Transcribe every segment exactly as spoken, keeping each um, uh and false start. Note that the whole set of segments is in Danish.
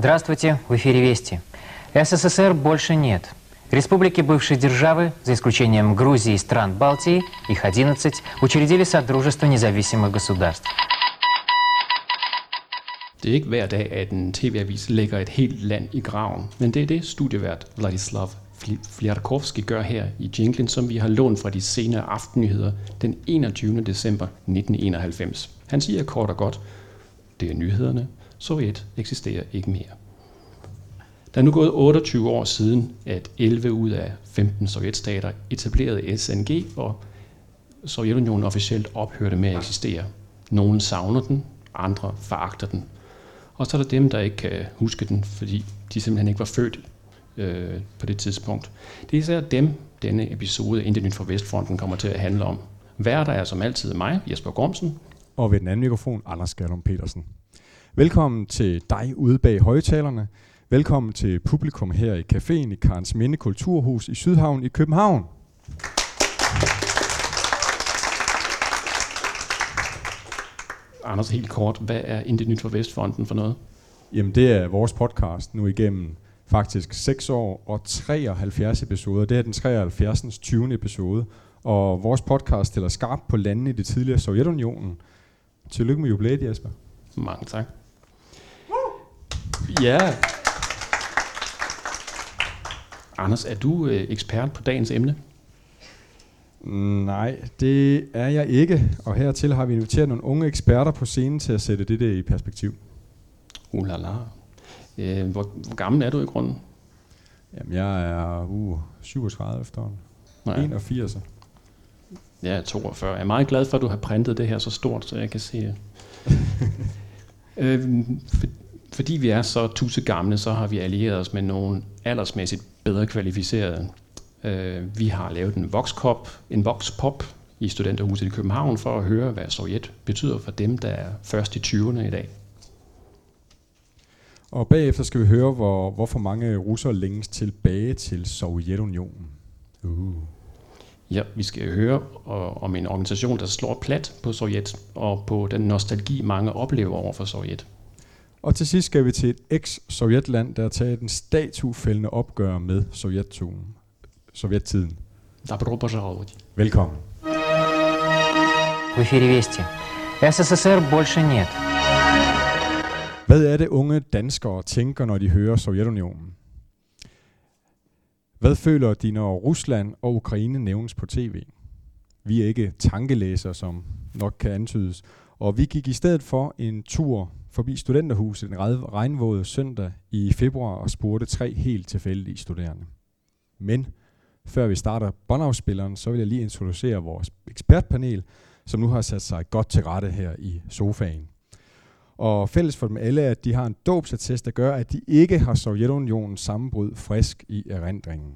Здравствуйте, в эфире «Вести». СССР больше нет. Республики бывшей державы, за исключением Грузии и стран Балтии, их одиннадцать, учредили Содружество независимых государств. Det er ikke hver dag, at en tv-avis lægger et helt land i graven, men det er det studievært Vladislav Fliarkovski gør her i jinglen, som vi har lånt fra de senere aftennyheder den enogtyvende december nitten enoghalvfems. Han siger kort og godt, det er nyhederne, Sovjet eksisterer ikke mere. Der er nu gået otteogtyve år siden, at elleve ud af femten sovjetstater etablerede S N G, og Sovjetunionen officielt ophørte med at eksistere. Nogle savner den, andre foragter den. Og så er der dem, der ikke kan huske den, fordi de simpelthen ikke var født øh, på det tidspunkt. Det er især dem, denne episode af Intet Nyt fra Vestfronten kommer til at handle om. Værter er som altid mig, Jesper Gormsen. Og ved den anden mikrofon, Anders Skærlund Petersen. Velkommen til dig ude bag højtalerne. Velkommen til publikum her i caféen i Karensminde Kulturhus i Sydhavn i København. Anders, helt kort, hvad er Intet Nyt fra Vestfronten for noget? Jamen det er vores podcast nu igennem faktisk seks år og treoghalvfjerds episoder. Det er den treoghalvfjerds. tyvende episode. Og vores podcast stiller skarpt på landene i det tidligere Sovjetunionen. Tillykke med jubilæet, Jesper. Mange tak. Ja. Anders, er du øh, ekspert på dagens emne? Nej, det er jeg ikke. Og hertil har vi inviteret nogle unge eksperter på scenen til at sætte dette i perspektiv. Ulala. Øh, hvor, hvor gammel er du i grunden? Jamen, jeg er uh, syvogtredive efterhånden. Nej. enogfirs. Jeg er toogfyrre. Jeg er meget glad for, at du har printet det her så stort, så jeg kan se. øh, for, fordi vi er så tusse gamle, så har vi allieret os med nogle aldersmæssigt bedre kvalificerede. Øh, vi har lavet en voxpop, en voxpop i Studenterhuset i København for at høre, hvad Sovjet betyder for dem, der er først i tyverne i dag. Og bagefter skal vi høre, hvor, hvorfor mange russere længes tilbage til Sovjetunionen. Uh. Ja, vi skal høre og, om en organisation, der slår plat på Sovjet, og på den nostalgi, mange oplever over for Sovjet. Og til sidst skal vi til et eks-sovjetland, der har taget en statufældende opgør med Sovjettiden. Sovjettiden. Добро пожаловать. Velkommen. В эфире «Вести». СССР больше нет. Hvad er det unge danskere tænker, når de hører Sovjetunionen? Hvad føler de, når Rusland og Ukraine nævnes på tv? Vi er ikke tankelæsere, som nok kan antydes, og vi gik i stedet for en tur forbi Studenterhuset en regnvåde søndag i februar og spurgte tre helt tilfældige studerende. Men før vi starter båndafspilleren, så vil jeg lige introducere vores ekspertpanel, som nu har sat sig godt til rette her i sofaen. Og fælles for dem alle er, at de har en dåbsattest, der gør, at de ikke har Sovjetunionens sammenbrud frisk i erindringen.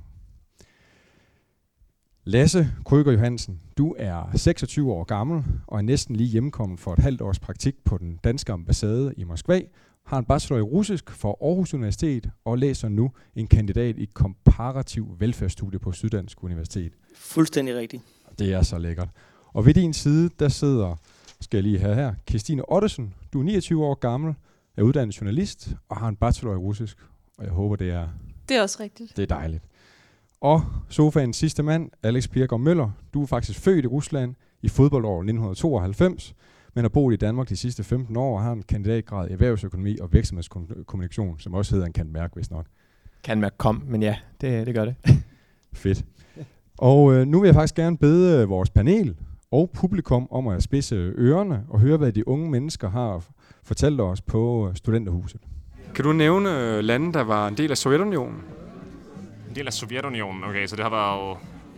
Lasse Krøger Johansen, du er seksogtyve år gammel og er næsten lige hjemkommet for et halvt års praktik på den danske ambassade i Moskva, har en bachelor i russisk fra Aarhus Universitet og læser nu en kandidat i komparativ velfærdsstudie på Syddansk Universitet. Fuldstændig rigtigt. Det er så lækkert. Og ved din side, der sidder, skal jeg lige have her, Christine Ottesen. Du er niogtyve år gammel, er uddannet journalist og har en bachelor i russisk. Og jeg håber, det er... Det er også rigtigt. Det er dejligt. Og sofaens sidste mand, Alex Pirgaard Møller. Du er faktisk født i Rusland i fodboldår nitten tooghalvfems, men har boet i Danmark de sidste femten år og har en kandidatgrad i erhvervsøkonomi og virksomhedskommunikation, som også hedder en cand.merc, hvis nok. cand.merc kom, men ja, det, det gør det. Fedt. Og øh, nu vil jeg faktisk gerne bede vores panel og publikum om at spidse ørerne og høre, hvad de unge mennesker har fortalt os på Studenterhuset. Kan du nævne lande, der var en del af Sovjetunionen? En del af Sovjetunionen, okay, så det har været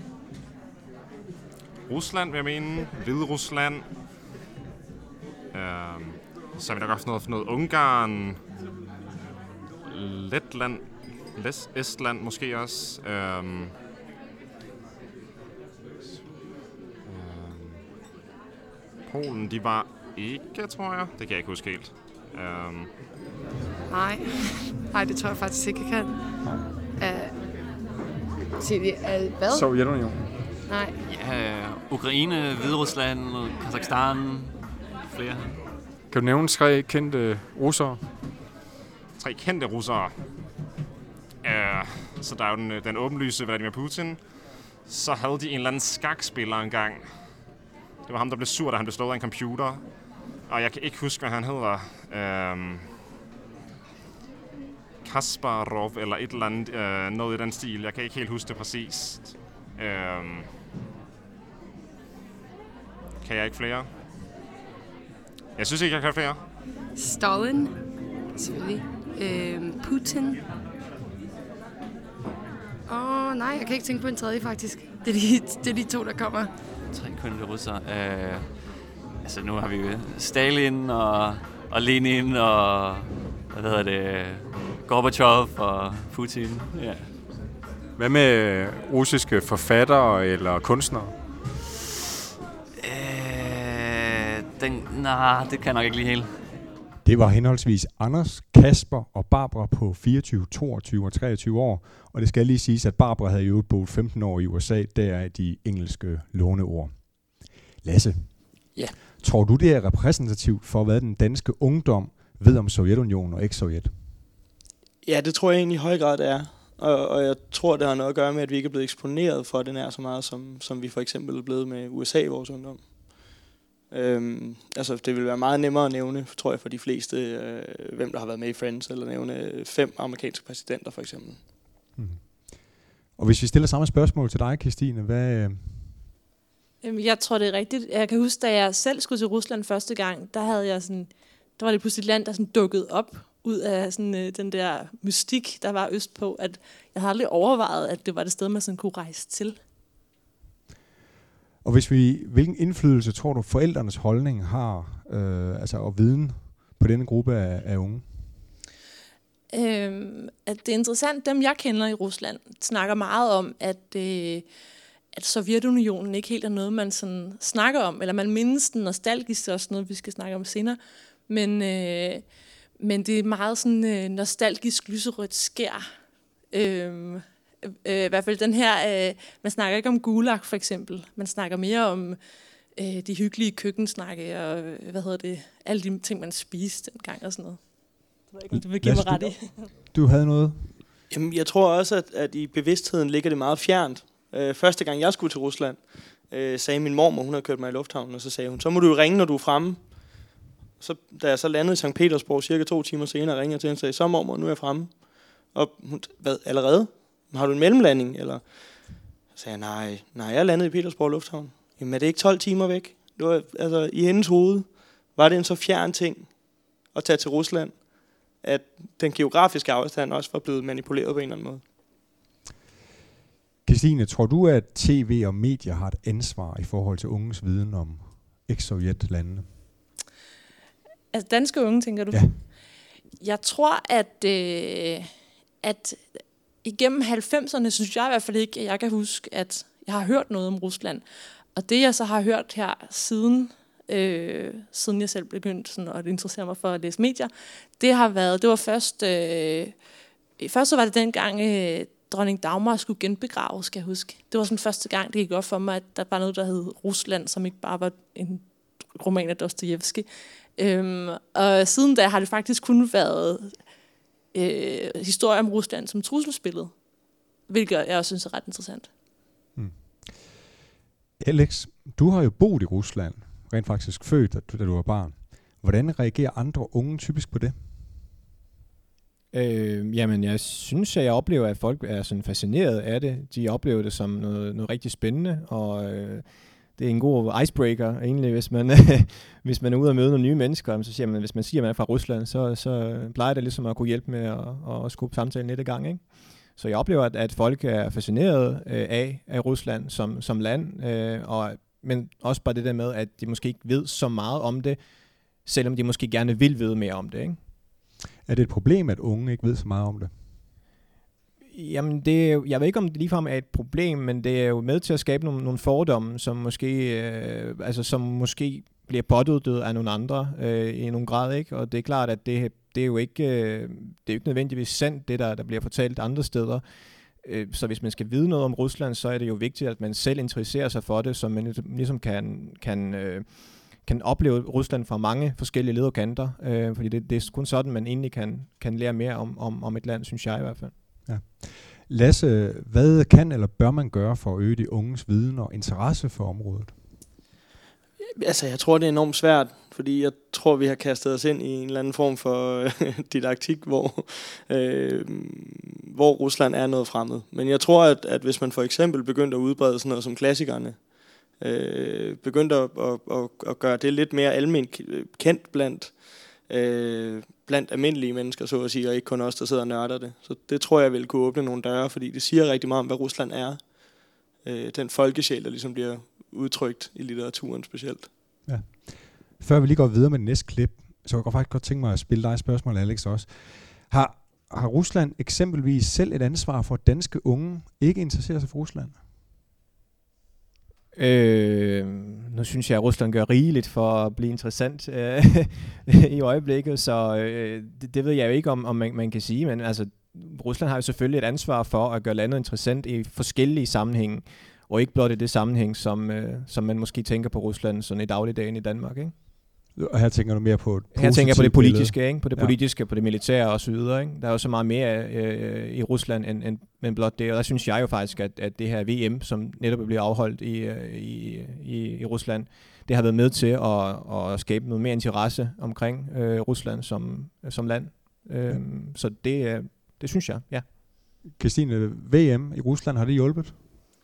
Rusland, vil jeg mene, Hviderusland, øhm, så har vi nok haft noget, noget Ungarn, Letland, Les- Estland måske også, øhm, øhm, Polen, de var ikke, tror jeg, det kan jeg ikke huske helt. Øhm. Nej, nej, det tror jeg faktisk ikke, jeg kan. Uh, Sig det, uh, hvad? Sovjetunionen. Nej. Ja, Ukraine, Hviderusland, Kazakhstan, flere. Kan du nævne tre kendte russere? tre kendte russere. Uh, så der er jo den, den åbenlyse Vladimir Putin. Så havde de en eller anden skakspiller engang. Det var ham, der blev sur, da han blev slået af en computer. Og jeg kan ikke huske, hvad han hedder. Uh, Kasparov eller et eller andet, uh, noget i den stil. Jeg kan ikke helt huske det præcist. Uh, kan jeg ikke flere? Jeg synes ikke, jeg kan flere. Stalin, selvfølgelig. Øhm, Putin. Åh, oh, nej, jeg kan ikke tænke på en tredje, faktisk. Det er de, det er de to, der kommer. Tre kendte russere. Uh, altså, nu har vi jo Stalin og, og Lenin og hvad hedder det, Gorbachev og Putin. Ja. Hvad med russiske forfattere eller kunstnere? Uh, den, nej, det kan jeg nok ikke lige helt. Det var henholdsvis Anders, Kasper og Barbara på fireogtyve, toogtyve og treogtyve år. Og det skal lige siges, at Barbara havde jo boet femten år i U S A. Der er de engelske låneord. Lasse, Ja. tror du, det er repræsentativt for, hvad den danske ungdom ved om Sovjetunionen og eks-Sovjet? Ja, det tror jeg egentlig i høj grad, det er. Og, og jeg tror, det har noget at gøre med, at vi ikke er blevet eksponeret for den her så meget, som, som vi for eksempel er blevet med U S A i vores ungdom. Øhm, altså, det vil være meget nemmere at nævne, tror jeg, for de fleste, øh, hvem der har været med i Friends, eller nævne fem amerikanske præsidenter, for eksempel. Mm. Og hvis vi stiller samme spørgsmål til dig, Kirstine, hvad... Jeg tror, det er rigtigt. Jeg kan huske, da jeg selv skulle til Rusland første gang, der havde jeg sådan, der var det pludselig et land, der sådan dukkede op ud af sådan, øh, den der mystik, der var østpå, at jeg havde aldrig overvejet, at det var det sted, man sådan kunne rejse til. Og hvis vi, hvilken indflydelse tror du, forældrenes holdning har, øh, altså og viden på denne gruppe af, af unge? Øhm, at det er interessant, dem jeg kender i Rusland, snakker meget om, at, øh, at Sovjetunionen ikke helt er noget, man sådan snakker om, eller man mindes den nostalgisk, også noget, vi skal snakke om senere, men, øh, men det er meget sådan øh, nostalgisk lyserødt skær. Øh, øh, I hvert fald den her, øh, man snakker ikke om Gulag for eksempel, man snakker mere om øh, de hyggelige køkkensnakke, og hvad hedder det, alle de ting, man spiste dengang og sådan noget. Du vil give mig ret i. Du havde noget? Jamen, jeg tror også, at, at i bevidstheden ligger det meget fjernt. Øh, første gang jeg skulle til Rusland, øh, sagde min mormor, hun havde kørt mig i lufthavnen, og så sagde hun, så må du jo ringe, når du er fremme. Så, da jeg så landede i Sankt Petersborg, cirka to timer senere, ringede jeg til hende og sagde, så mormor, nu er jeg fremme. Og hun, hvad, allerede? Har du en mellemlanding? Eller? Så sagde jeg, nej, nej, jeg landede i Petersborg Lufthavn. Jamen, er det ikke tolv timer væk? Det var, altså, i hendes hoved var det en så fjern ting at tage til Rusland, at den geografiske afstand også var blevet manipuleret på en eller anden måde. Kirstine, tror du, at tv og medier har et ansvar i forhold til unges viden om eks-Sovjet-landene? Altså danske unge, tænker du? Ja. Jeg tror, at, øh, at igennem halvfemserne, synes jeg i hvert fald ikke, at jeg kan huske, at jeg har hørt noget om Rusland. Og det, jeg så har hørt her siden, øh, siden jeg selv begyndte sådan at interessere mig for at læse medier, det har været, det var først, øh, først så var det dengang, øh, dronning Dagmar skulle genbegraves, skal jeg huske. Det var sådan første gang, det gik op for mig, at der var noget, der hed Rusland, som ikke bare var en roman af Dostojevskij. Øhm, og siden da har det faktisk kun været øh, historie om Rusland som trusselsbillede, hvilket jeg også synes er ret interessant. Hmm. Alex, du har jo boet i Rusland, rent faktisk født, da du, da du var barn. Hvordan reagerer andre unge typisk på det? Øh, jamen, jeg synes, at jeg oplever, at folk er sådan fascineret af det. De oplever det som noget, noget rigtig spændende, og øh, det er en god icebreaker egentlig, hvis man, hvis man er ude og møde nogle nye mennesker. Så siger man, hvis man siger, at man er fra Rusland, så, så plejer det ligesom at kunne hjælpe med at, at skubbe samtalen lidt i gang, ikke? Så jeg oplever, at, at folk er fascineret øh, af, af Rusland som, som land, øh, og, men også bare det der med, at de måske ikke ved så meget om det, selvom de måske gerne vil vide mere om det, ikke? Er det et problem, at unge ikke ved så meget om det? Jamen, det er jo, jeg ved ikke, om det ligefrem er et problem, men det er jo med til at skabe nogle, nogle fordomme, som måske, øh, altså, som måske bliver påduttet af nogle andre øh, i nogen grad, ikke? Og det er klart, at det, det er jo ikke, øh, det er jo ikke nødvendigvis sandt, det der, der bliver fortalt andre steder. Øh, så hvis man skal vide noget om Rusland, så er det jo vigtigt, at man selv interesserer sig for det, så man ligesom kan, kan, øh, kan opleve Rusland fra mange forskellige led og kanter, øh, fordi det, det er kun sådan, man egentlig kan, kan lære mere om, om, om et land, synes jeg i hvert fald. Ja. Lasse, hvad kan eller bør man gøre for at øge de unges viden og interesse for området? Altså, jeg tror, det er enormt svært, fordi jeg tror, vi har kastet os ind i en eller anden form for øh, didaktik, hvor, øh, hvor Rusland er noget fremmed. Men jeg tror, at, at hvis man for eksempel begyndte at udbrede sådan noget som klassikerne, øh, begyndte at, at, at, at gøre det lidt mere almindeligt kendt blandt, øh, blandt almindelige mennesker, så at sige, og ikke kun os, der sidder og nørder det. Så det tror jeg vil kunne åbne nogle døre, fordi det siger rigtig meget om, hvad Rusland er. Øh, den folkesjæl, der ligesom bliver udtrykt i litteraturen specielt. Ja. Før vi lige går videre med det næste klip, så jeg kan faktisk godt tænke mig at spille dig et spørgsmål, Alex, også. Har, har Rusland eksempelvis selv et ansvar for, at danske unge ikke interesserer sig for Rusland? Øh, nu synes jeg, at Rusland gør rigeligt for at blive interessant øh, i øjeblikket, så øh, det, det ved jeg jo ikke, om, om man, man kan sige, men altså, Rusland har jo selvfølgelig et ansvar for at gøre landet interessant i forskellige sammenhænge, og ikke blot i det sammenhæng, som, øh, som man måske tænker på Rusland sådan i dagligdagen i Danmark, ikke? Og her tænker du mere på et Her tænker jeg på det politiske, ikke? På det ja. politiske, på det militære og så videre, ikke? Der er jo så meget mere øh, i Rusland end, end, end blot det, og der synes jeg jo faktisk, at, at det her V M, som netop bliver afholdt i, i, i, i Rusland, det har været med til at, at skabe noget mere interesse omkring øh, Rusland som, som land. Øh, ja. Så det, det synes jeg, ja. Christine, V M i Rusland, har det hjulpet?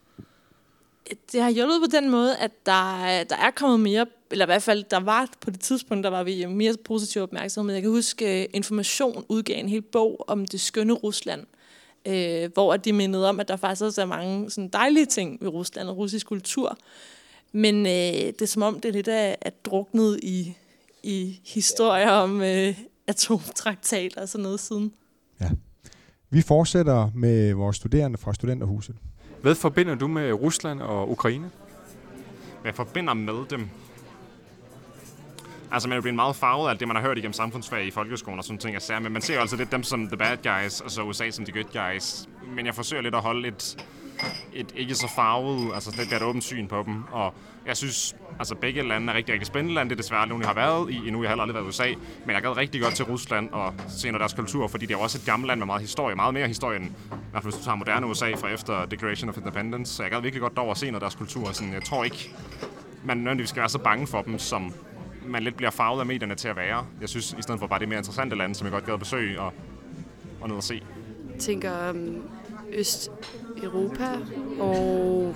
Det har hjulpet på den måde, at der, der er kommet mere, eller i hvert fald, der var på det tidspunkt, der var vi mere positiv opmærksomhed. Jeg kan huske, Information udgav en hel bog om det skønne Rusland, øh, hvor de mindede om, at der faktisk også er mange sådan dejlige ting ved Rusland og russisk kultur. Men øh, det er som om, det er lidt af, at druknet i, i historier om øh, atomtraktater og sådan noget siden. Ja. Vi fortsætter med vores studerende fra Studenterhuset. Hvad forbinder du med Rusland og Ukraine? Hvad jeg forbinder med dem? Altså, man er jo blevet meget farvet af det, man har hørt igennem samfundsfag i folkeskolen og sådan ting. Altså, men man ser jo altså lidt dem som the bad guys, og så U S A som the good guys. Men jeg forsøger lidt at holde et, et ikke så farvet, altså lidt et åbent syn på dem. Og jeg synes, altså begge lande er rigtig, rigtig spændende lande. Det er desværre nogen, jeg har været i endnu. Jeg har aldrig været i U S A. Men jeg gad rigtig godt til Rusland og se noget deres kultur, fordi det er også et gammelt land med meget historie. Meget mere historie end, i hvert fald hvis du tager moderne U S A fra efter Declaration of Independence. Så jeg gad virkelig godt derover at se noget af deres kultur. Sådan, jeg tror ikke, man nødvendigvis skal være så bange for dem, som man lidt bliver farvet af medierne til at være. Jeg synes, i stedet for bare det mere interessante lande, som jeg godt gad at besøge og, og ned og se. Jeg tænker um, Østeuropa, og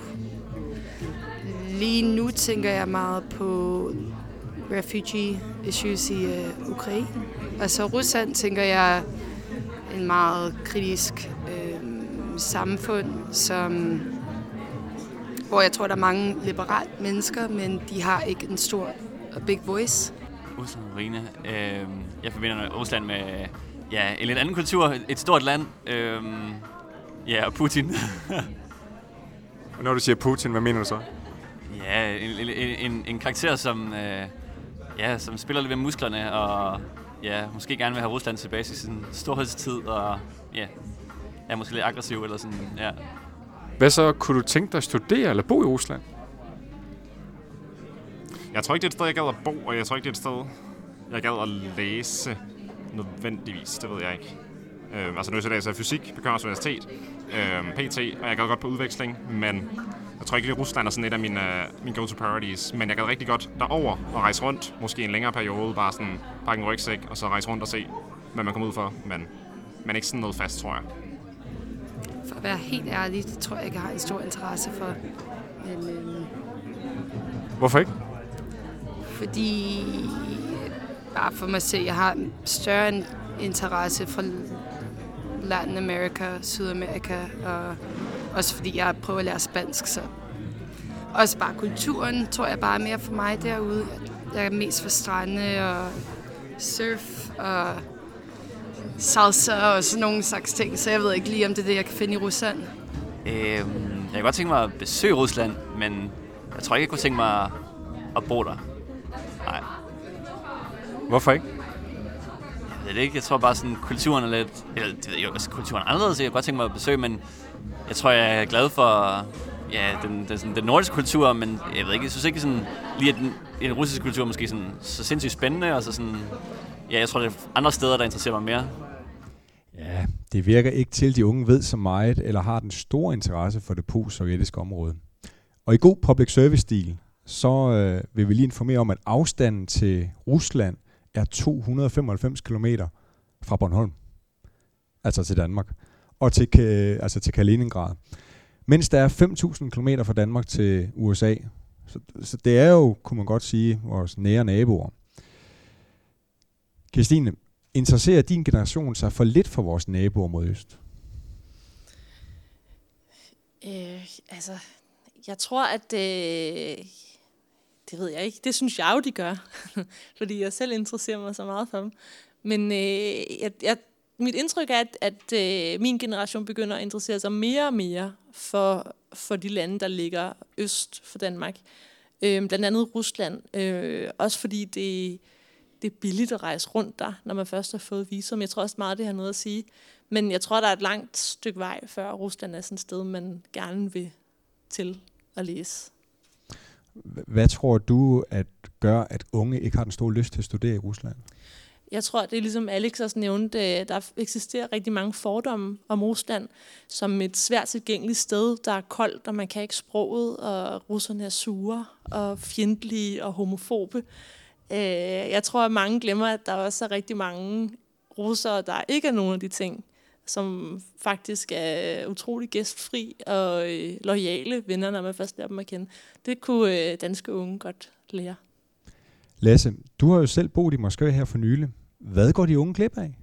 lige nu tænker jeg meget på refugee issues i uh, Ukraine. Og så Rusland tænker jeg en meget kritisk øh, samfund, som, hvor jeg tror, der er mange liberale mennesker, men de har ikke en stor og big voice. Rusland og Ukraine. Øh, jeg forbinder Rusland med ja, en lidt anden kultur, et stort land. Øh, ja, og Putin. Og når du siger Putin, hvad mener du så? Ja, en, en, en, en karakter, som, øh, ja, som spiller lidt med musklerne, og ja, måske gerne vil have Rusland tilbage i sin storhedstid, og ja, er måske lidt aggressiv eller sådan, ja. Hvad så? Kunne du tænke dig at studere eller bo i Rusland? Jeg tror ikke, det er et sted, jeg gad at bo, og jeg tror ikke, det er et sted, jeg gad at læse nødvendigvis. Det ved jeg ikke. Øh, altså nu er jeg læser fysik på Københavns Universitet, øh, P T, og jeg gad godt på udveksling, men jeg tror ikke, at Rusland er sådan et af mine, uh, mine go-to priorities. Men jeg gad rigtig godt derover og rejse rundt, måske en længere periode, bare sådan pakke en rygsæk, og så rejse rundt og se, hvad man kommer ud for. Men, men ikke sådan noget fast, tror jeg. For at være helt ærlig, det tror jeg ikke, jeg har en stor interesse for. Men, øh, Hvorfor ikke? Fordi, bare for mig selv, jeg har større interesse for Latin America, Sydamerika, og også fordi jeg prøver at lære spansk, så også bare kulturen, tror jeg bare er mere for mig derude. Jeg er mest for strande og surf og salsa og sådan nogle slags ting, så jeg ved ikke lige, om det er det, jeg kan finde i Rusland. Øhm, jeg kan godt tænke mig at besøge Rusland, men jeg tror ikke, jeg kunne tænke mig at bo der. Nej. Hvorfor ikke? Jeg ved det ikke. Jeg tror bare sådan, kulturen er lidt... Eller, det ved jeg jo, kulturen er anderledes, jeg kan godt tænke mig at besøge, men jeg tror, jeg er glad for ja, den, den, sådan, den nordiske kultur, men jeg ved ikke, jeg synes ikke sådan, lige at den, den russiske kultur er måske sådan, så sindssygt spændende, og så sådan, ja, jeg tror, det er andre steder, der interesserer mig mere. Ja, det virker ikke til, at de unge ved så meget, eller har den store interesse for det post-sovjetiske område. Og i god public service-stil, så øh, vil vi lige informere om, at afstanden til Rusland er to hundrede og femoghalvfems kilometer fra Bornholm, altså til Danmark, og til, altså til Kaliningrad. Mens der er fem tusind kilometer fra Danmark til U S A. Så, så det er jo, kunne man godt sige, vores nære naboer. Kirstine, interesserer din generation sig for lidt for vores naboer mod øst? Øh, altså, jeg tror, at... Øh, det ved jeg ikke. Det synes jeg jo, de gør. Fordi jeg selv interesserer mig så meget for dem. Men øh, jeg, jeg, mit indtryk er, at, at øh, min generation begynder at interessere sig mere og mere for, for de lande, der ligger øst for Danmark. Øh, blandt andet Rusland. Øh, også fordi det, det er billigt at rejse rundt der, når man først har fået visum. Jeg tror også meget, det har noget at sige. Men jeg tror, der er et langt stykke vej, før Rusland er sådan et sted, man gerne vil til at læse. Hvad tror du, at gør, at unge ikke har den store lyst til at studere i Rusland? Jeg tror, det er ligesom Alex også nævnte, der eksisterer rigtig mange fordomme om Rusland som et svært tilgængeligt sted, der er koldt, og man kan ikke sproget, og russerne er sure og fjendtlige og homofobe. Jeg tror, at mange glemmer, at der også er rigtig mange russere, der ikke er nogen af de ting, som faktisk er utrolig gæstfri og øh, loyale venner, når man først lærer dem at kende. Det kunne øh, danske unge godt lære. Lasse, du har jo selv boet i Moskva her for nylig. Hvad går de unge glip af?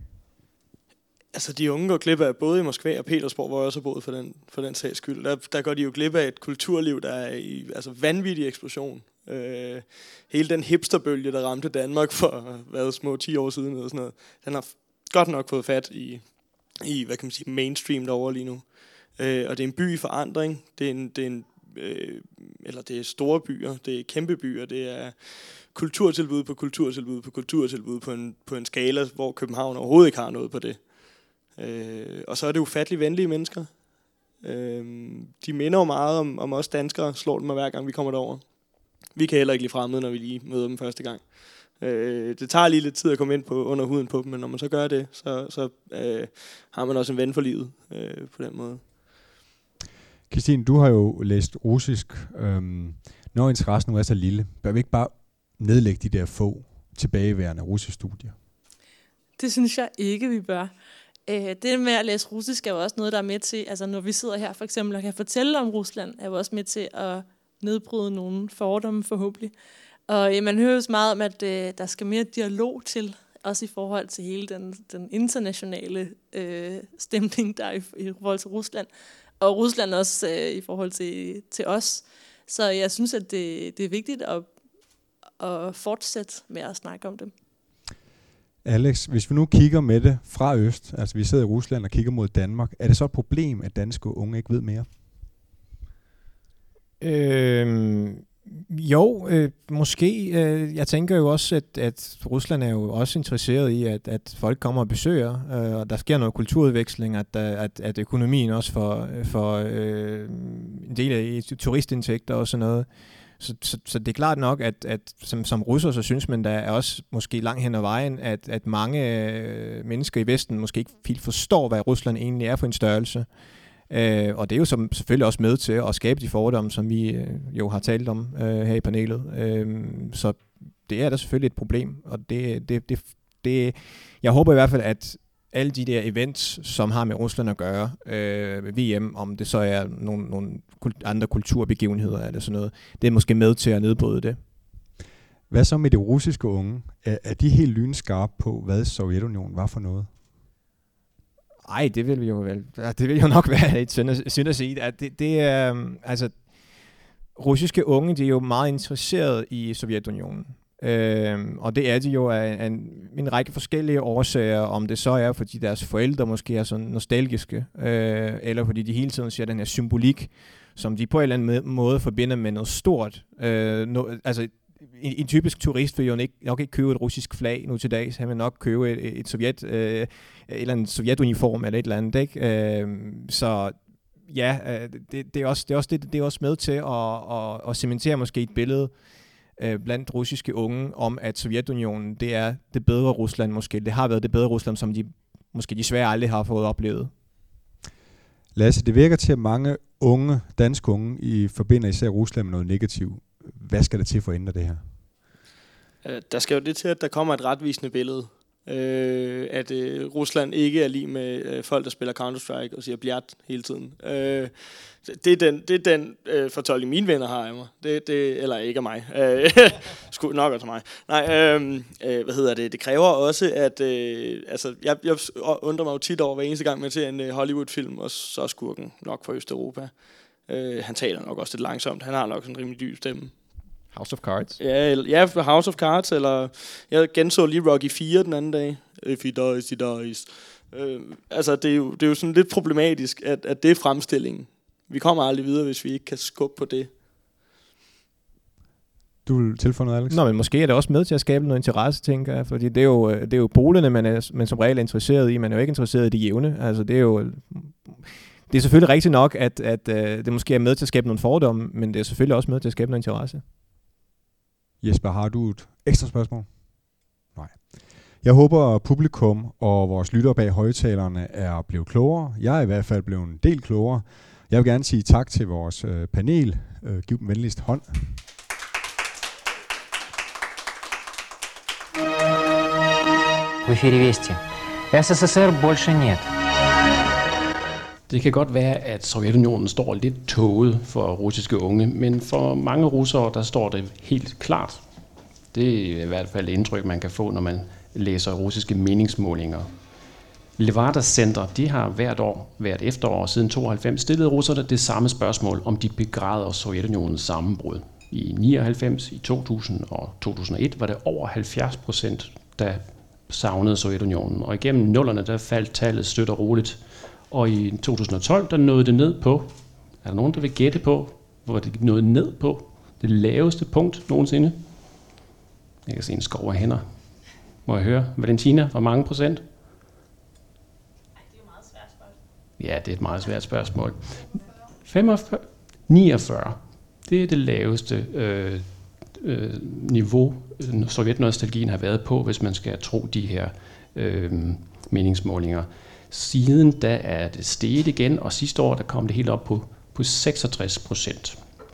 Altså, de unge går glip af både i Moskva og Petersborg, hvor jeg også har boet for den, for den sags skyld. Der, der går de jo glip af et kulturliv, der er i altså, vanvittig eksplosion. Øh, hele den hipsterbølge, der ramte Danmark for hvad, små ti år siden, eller sådan noget, den har godt nok fået fat i i, hvad kan man sige, mainstream derovre lige nu. Øh, og det er en by i forandring. Det er en, det er en øh, eller det er store byer, det er kæmpe byer, det er kulturtilbud på kulturtilbud på kulturtilbud på en, på en skala, hvor København overhovedet ikke har noget på det. Øh, og så er det ufattelig venlige mennesker. Øh, de minder jo meget om, om os danskere, slår dem hver gang vi kommer derover. Vi kan heller ikke lide fremmede, når vi lige møder dem første gang. Øh, det tager lige lidt tid at komme ind på under huden på dem, men når man så gør det, så, så øh, har man også en ven for livet øh, på den måde. Kirstine, du har jo læst russisk. Øhm, når interessen nu er så lille, bør vi ikke bare nedlægge de der få tilbageværende russiske studier? Det synes jeg ikke, vi bør. Øh, det med at læse russisk er jo også noget, der er med til, altså når vi sidder her for eksempel og kan fortælle om Rusland, er jo også med til at nedbryde nogle fordomme forhåbentlig. Og øh, man hører jo så meget om, at øh, der skal mere dialog til, også i forhold til hele den, den internationale øh, stemning, der er i, i forhold til Rusland. Og Rusland også øh, i forhold til, til os. Så jeg synes, at det, det er vigtigt at, at fortsætte med at snakke om det. Alex, hvis vi nu kigger med det fra øst, altså vi sidder i Rusland og kigger mod Danmark, er det så et problem, at danske unge ikke ved mere? Øhm Jo, øh, måske. Øh, jeg tænker jo også, at, at Rusland er jo også interesseret i, at, at folk kommer og besøger, øh, og der sker noget kulturudveksling, at, at, at økonomien også får for, øh, en del af turistindtægter og sådan noget. Så, så, så det er klart nok, at, at som, som russer, så synes man, der er også måske langt hen ad vejen, at, at mange øh, mennesker i Vesten måske ikke helt forstår, hvad Rusland egentlig er for en størrelse. Uh, og det er jo som, selvfølgelig også med til at skabe de fordomme, som vi uh, jo har talt om uh, her i panelet. Uh, så det er da selvfølgelig et problem, og det, det, det, det, jeg håber i hvert fald, at alle de der events, som har med Rusland at gøre, uh, V M, om det så er nogle, nogle kult, andre kulturbegivenheder eller sådan noget, det er måske med til at nedbryde det. Hvad så med de russiske unge? Er, er de helt lynskarpe på, hvad Sovjetunionen var for noget? Ej, det vil vi jo vel. Det vil jo nok være et synd at sige. At det, det er, altså, russiske unge, de er jo meget interesserede i Sovjetunionen. Øhm, og det er de jo af en, en række forskellige årsager, om det så er, fordi deres forældre måske er sådan nostalgiske, øh, eller fordi de hele tiden ser den her symbolik, som de på en eller anden måde forbinder med noget stort. Øh, no, altså, En, en typisk turist vil jo ikke, nok ikke købe et russisk flag nu til dags. Han vil nok købe et, et sovjet, øh, et eller andet sovjetuniform eller et eller andet. Ikke? Øh, så ja, det, det, er også, det, er også, det, det er også med til at, at, at cementere måske et billede øh, blandt russiske unge om, at Sovjetunionen, det er det bedre Rusland måske. Det har været det bedre Rusland, som de måske desværre aldrig har fået oplevet. Lasse, det virker til, at mange unge, danske unge, i forbinder især Rusland med noget negativt. Hvad skal der til for at ændre det her? Der skal jo det til, at der kommer et retvisende billede. Øh, at øh, Rusland ikke er lige med øh, folk, der spiller Counter-Strike og siger bjert hele tiden. Øh, det er den, det er den øh, fortolkning, mine venner har af mig. Det, det, eller ikke af mig. Øh, Skulle nok også mig. Nej, øh, øh, hvad hedder det? Det kræver også, at... Øh, altså, jeg, jeg undrer mig jo tit over hver eneste gang, man ser en øh, Hollywood-film, og så er skurken nok fra Østeuropa. Øh, han taler nok også lidt langsomt. Han har nok sådan en rimelig dyb stemme. House of Cards? Ja, ja, House of Cards, eller jeg genså lige Rocky fire den anden dag. If he dies, he dies. Øh, altså, det er, jo, det er jo sådan lidt problematisk, at, at det er fremstillingen. Vi kommer aldrig videre, hvis vi ikke kan skubbe på det. Du vil tilføje noget, Alex? Nå, men måske er det også med til at skabe noget interesse, tænker jeg, fordi det er jo, det er jo polerne, man, er, man som regel er interesseret i. Man er jo ikke interesseret i de jævne. Altså, det er jo... Det er selvfølgelig rigtigt nok, at, at, at det måske er med til at skabe nogle fordomme, men det er selvfølgelig også med til at skabe noget interesse. Jesper, har du et ekstra spørgsmål? Nej. Jeg håber, at publikum og vores lyttere bag højtalerne er blevet klogere. Jeg er i hvert fald blevet en del klogere. Jeg vil gerne sige tak til vores øh, panel. Øh, giv dem venligst hånd. В эфире Вести. СССР больше нет. Det kan godt være, at Sovjetunionen står lidt tåget for russiske unge, men for mange russere, der står det helt klart. Det er i hvert fald et indtryk, man kan få, når man læser russiske meningsmålinger. Levada Center, de har hvert år, hvert efterår siden tooghalvfems, stillet russerne det samme spørgsmål, om de begræder Sovjetunionens sammenbrud. I nioghalvfems, i to tusind og to tusind og et var det over halvfjerds procent, der savnede Sovjetunionen, og igennem nullerne, der faldt tallet støt og roligt. Og i to tusind og tolv, der nåede det ned på, er der nogen, der vil gætte på, hvor det nåede ned på? Det laveste punkt nogensinde. Jeg kan se en skov af hænder. Må jeg høre? Valentina, hvor mange procent? Ej, det er jo meget svært spørgsmål. Ja, det er et meget svært spørgsmål. femogfyrre, niogfyrre, det er det laveste øh, øh, niveau, sovjetnostalgien har været på, hvis man skal tro de her øh, meningsmålinger. Siden da er det steget igen, og sidste år der kom det helt op på, på seksogtres procent.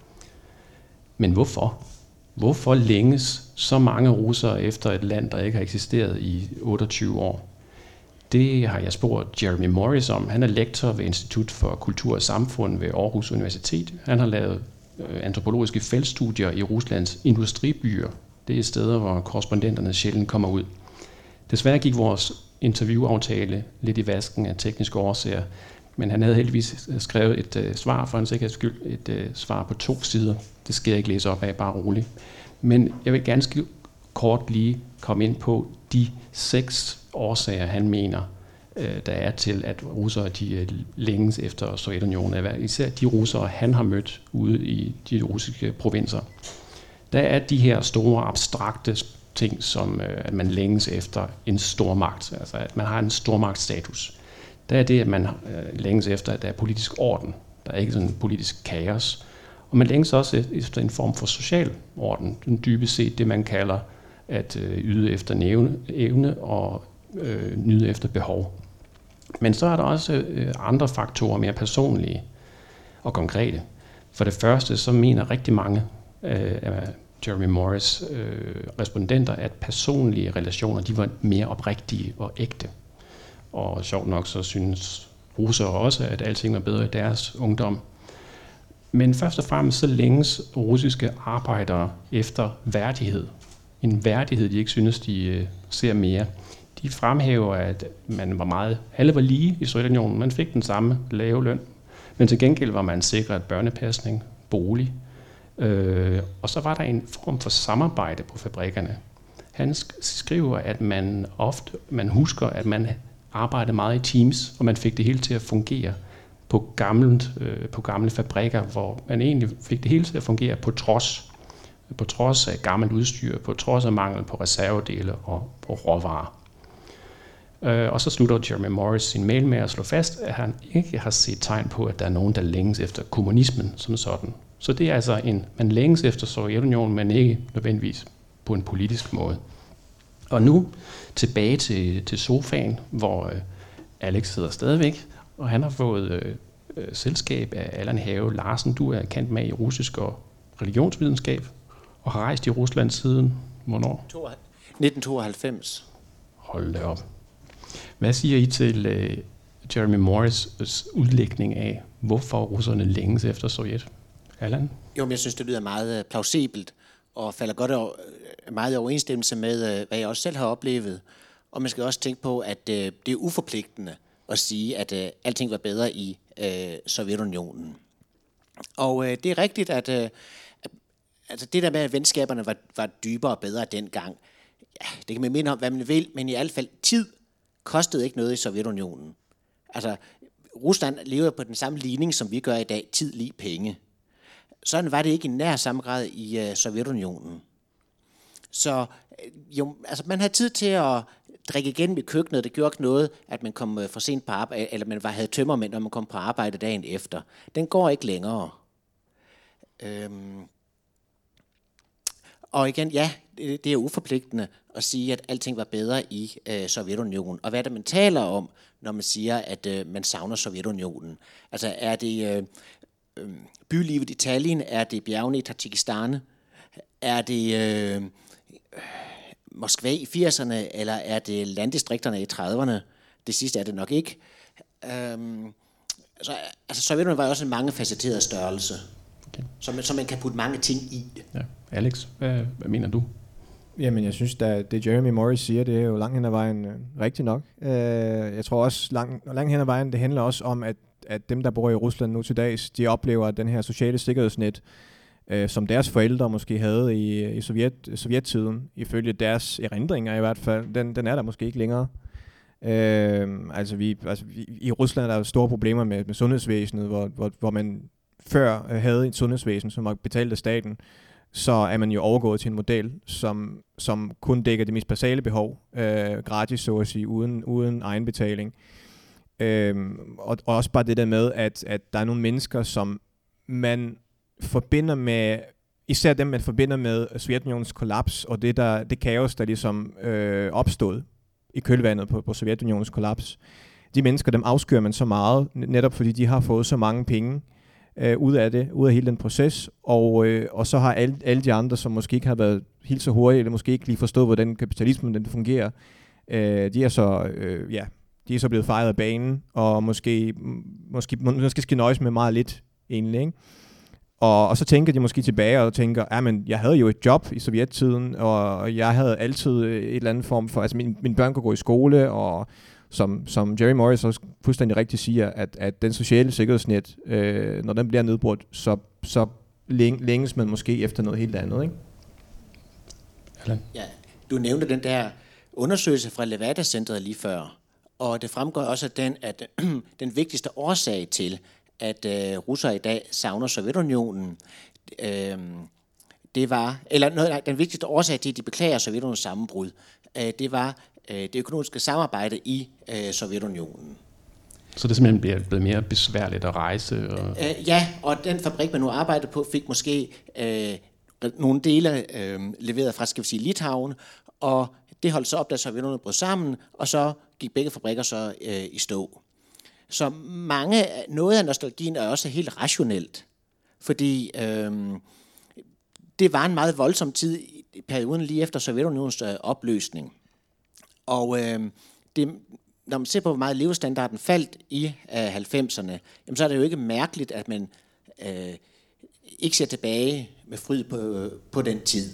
Men hvorfor? Hvorfor længes så mange russere efter et land, der ikke har eksisteret i otteogtyve år? Det har jeg spurgt Jeremy Morris om. Han er lektor ved Institut for Kultur og Samfund ved Aarhus Universitet. Han har lavet øh, antropologiske feltstudier i Ruslands industribyer. Det er steder, hvor korrespondenterne sjældent kommer ud. Desværre gik vores interviewaftale lidt i vasken af tekniske årsager, men han havde heldigvis skrevet et øh, svar for en sikkerheds skyld, et øh, svar på to sider. Det skal jeg ikke læse op af, bare roligt. Men jeg vil ganske kort lige komme ind på de seks årsager, han mener, øh, der er til, at russere de øh, længes efter Sovjetunionen. Især de russere, han har mødt ude i de russiske provinser. Der er de her store abstrakte ting, som øh, at man længes efter en stormagt, altså at man har en stormagtsstatus. Der er det, at man øh, længes efter, at der er politisk orden. Der er ikke sådan en politisk kaos. Og man længes også efter en form for social orden. Den dybest set det, man kalder at øh, yde efter nævne, evne og øh, nyde efter behov. Men så er der også øh, andre faktorer, mere personlige og konkrete. For det første, så mener rigtig mange øh, Jeremy Morris øh, respondenter, at personlige relationer, de var mere oprigtige og ægte. Og sjovt nok, så synes russere også, at alting var bedre i deres ungdom. Men først og fremmest så længes russiske arbejdere efter værdighed. En værdighed, de ikke synes, de øh, ser mere. De fremhæver, at man var meget, alle var lige i Sovjetunionen. Man fik den samme lave løn. Men til gengæld var man sikret børnepasning, bolig. Øh, og så var der en form for samarbejde på fabrikkerne. Han skriver, at man ofte man husker, at man arbejdede meget i teams, og man fik det hele til at fungere på, gammelt, øh, på gamle fabrikker, hvor man egentlig fik det hele til at fungere på trods. På trods af gammelt udstyr, på trods af mangel på reservedele og på råvarer. Øh, og så slutter Jeremy Morris sin mail med at slå fast, at han ikke har set tegn på, at der er nogen, der længes efter kommunismen som sådan. Så det er altså en, man længes efter Sovjetunionen, men ikke nødvendigvis på en politisk måde. Og nu tilbage til, til sofaen, hvor øh, Alex sidder stadigvæk, og han har fået øh, øh, selskab af Allan Have Larsen. Du er kendt med i russisk og religionsvidenskab, og har rejst i Rusland siden hvornår? nitten tooghalvfems. Hold da op. Hvad siger I til øh, Jeremy Morris' udlægning af, hvorfor russerne længes efter Sovjet? Allan? Jo, men jeg synes, det lyder meget plausibelt, og falder godt over, meget i overensstemmelse med, hvad jeg også selv har oplevet. Og man skal også tænke på, at øh, det er uforpligtende at sige, at øh, alting var bedre i øh, Sovjetunionen. Og øh, det er rigtigt, at øh, altså det der med, at venskaberne var, var dybere og bedre dengang, ja, det kan man minde om, hvad man vil, men i hvert fald tid kostede ikke noget i Sovjetunionen. Altså, Rusland lever på den samme ligning, som vi gør i dag, tid lige penge. Sådan var det ikke i nær samme grad i uh, Sovjetunionen. Så jo, altså, man havde tid til at drikke igennem i køkkenet. Det gjorde ikke noget, at man kom for sent på arbejde, eller man havde tømmermænd, når man kom på arbejde dagen efter. Den går ikke længere. Øhm. Og igen, ja, det, det er uforpligtende at sige, at alting var bedre i øh, Sovjetunionen. Og hvad er det, man taler om, når man siger, at øh, man savner Sovjetunionen? Altså, er det øh, øh, bylivet i Tallinn? Er det bjergene i Tadsjikistan? Er det øh, Moskva i firserne? Eller er det landdistrikterne i trediverne? Det sidste er det nok ikke. Øhm, altså, altså, Sovjetunionen var også en mangefacetteret størrelse. Okay. Som, som man kan putte mange ting i. Ja. Alex, hvad, hvad mener du? Jamen, jeg synes, at det Jeremy Morris siger, det er jo langt hen ad vejen øh, rigtigt nok. Øh, jeg tror også, langt, langt hen ad vejen, det handler også om, at, at dem, der bor i Rusland nu til dags, de oplever den her sociale sikkerhedsnet, øh, som deres forældre måske havde i, i Sovjet, Sovjettiden, ifølge deres erindringer i hvert fald. Den, den er der måske ikke længere. Øh, altså, vi, altså vi, i Rusland er der store problemer med, med sundhedsvæsenet, hvor, hvor, hvor man før havde et sundhedsvæsen, som var betalt af staten, så er man jo overgået til en model, som, som kun dækker de mest basale behov, øh, gratis så at sige, uden, uden egenbetaling. Øhm, og, og også bare det der med, at, at der er nogle mennesker, som man forbinder med, især dem, man forbinder med Sovjetunionens kollaps, og det, der, det kaos, der ligesom øh, opstod i kølvandet på, på Sovjetunionens kollaps. De mennesker, dem afskyer man så meget, netop fordi de har fået så mange penge, Øh, ud af det, ud af hele den proces, og, øh, og så har alle, alle de andre, som måske ikke har været helt så hurtige, eller måske ikke lige forstået, hvordan kapitalismen den fungerer, øh, de er så, øh, ja, de er så blevet fejret af banen, og måske, måske, måske skal nøjes med meget lidt, egentlig, ikke? Og, og så tænker de måske tilbage og tænker, ja, men jeg havde jo et job i sovjettiden, og jeg havde altid et eller andet form for, altså min, mine børn kunne gå i skole, og Som, som Jerry Morris også fuldstændig rigtigt siger, at, at den sociale sikkerhedsnet, øh, når den bliver nedbrudt, så, så længes man måske efter noget helt andet, ikke? Ja, du nævnte den der undersøgelse fra Levada-centret lige før, og det fremgår også af den, at den vigtigste årsag til, at øh, russere i dag savner Sovjetunionen, øh, det var, eller noget, den vigtigste årsag til, at de beklager Sovjetunionens sammenbrud, øh, det var det økonomiske samarbejde i øh, Sovjetunionen. Så det simpelthen bliver blevet mere besværligt at rejse? Og øh, ja, og den fabrik, man nu arbejdede på, fik måske øh, nogle dele øh, leveret fra, skal vi sige, Litauen, og det holdt så op, da Sovjetunionen brød sammen, og så gik begge fabrikker så øh, i stå. Så mange, noget af nostalgien er også helt rationelt, fordi øh, det var en meget voldsom tid i perioden lige efter Sovjetunionens øh, opløsning. Og øh, det, når man ser på, hvor meget levestandarden faldt i øh, halvfemserne, jamen, så er det jo ikke mærkeligt, at man øh, ikke ser tilbage med fryd på, øh, på den tid.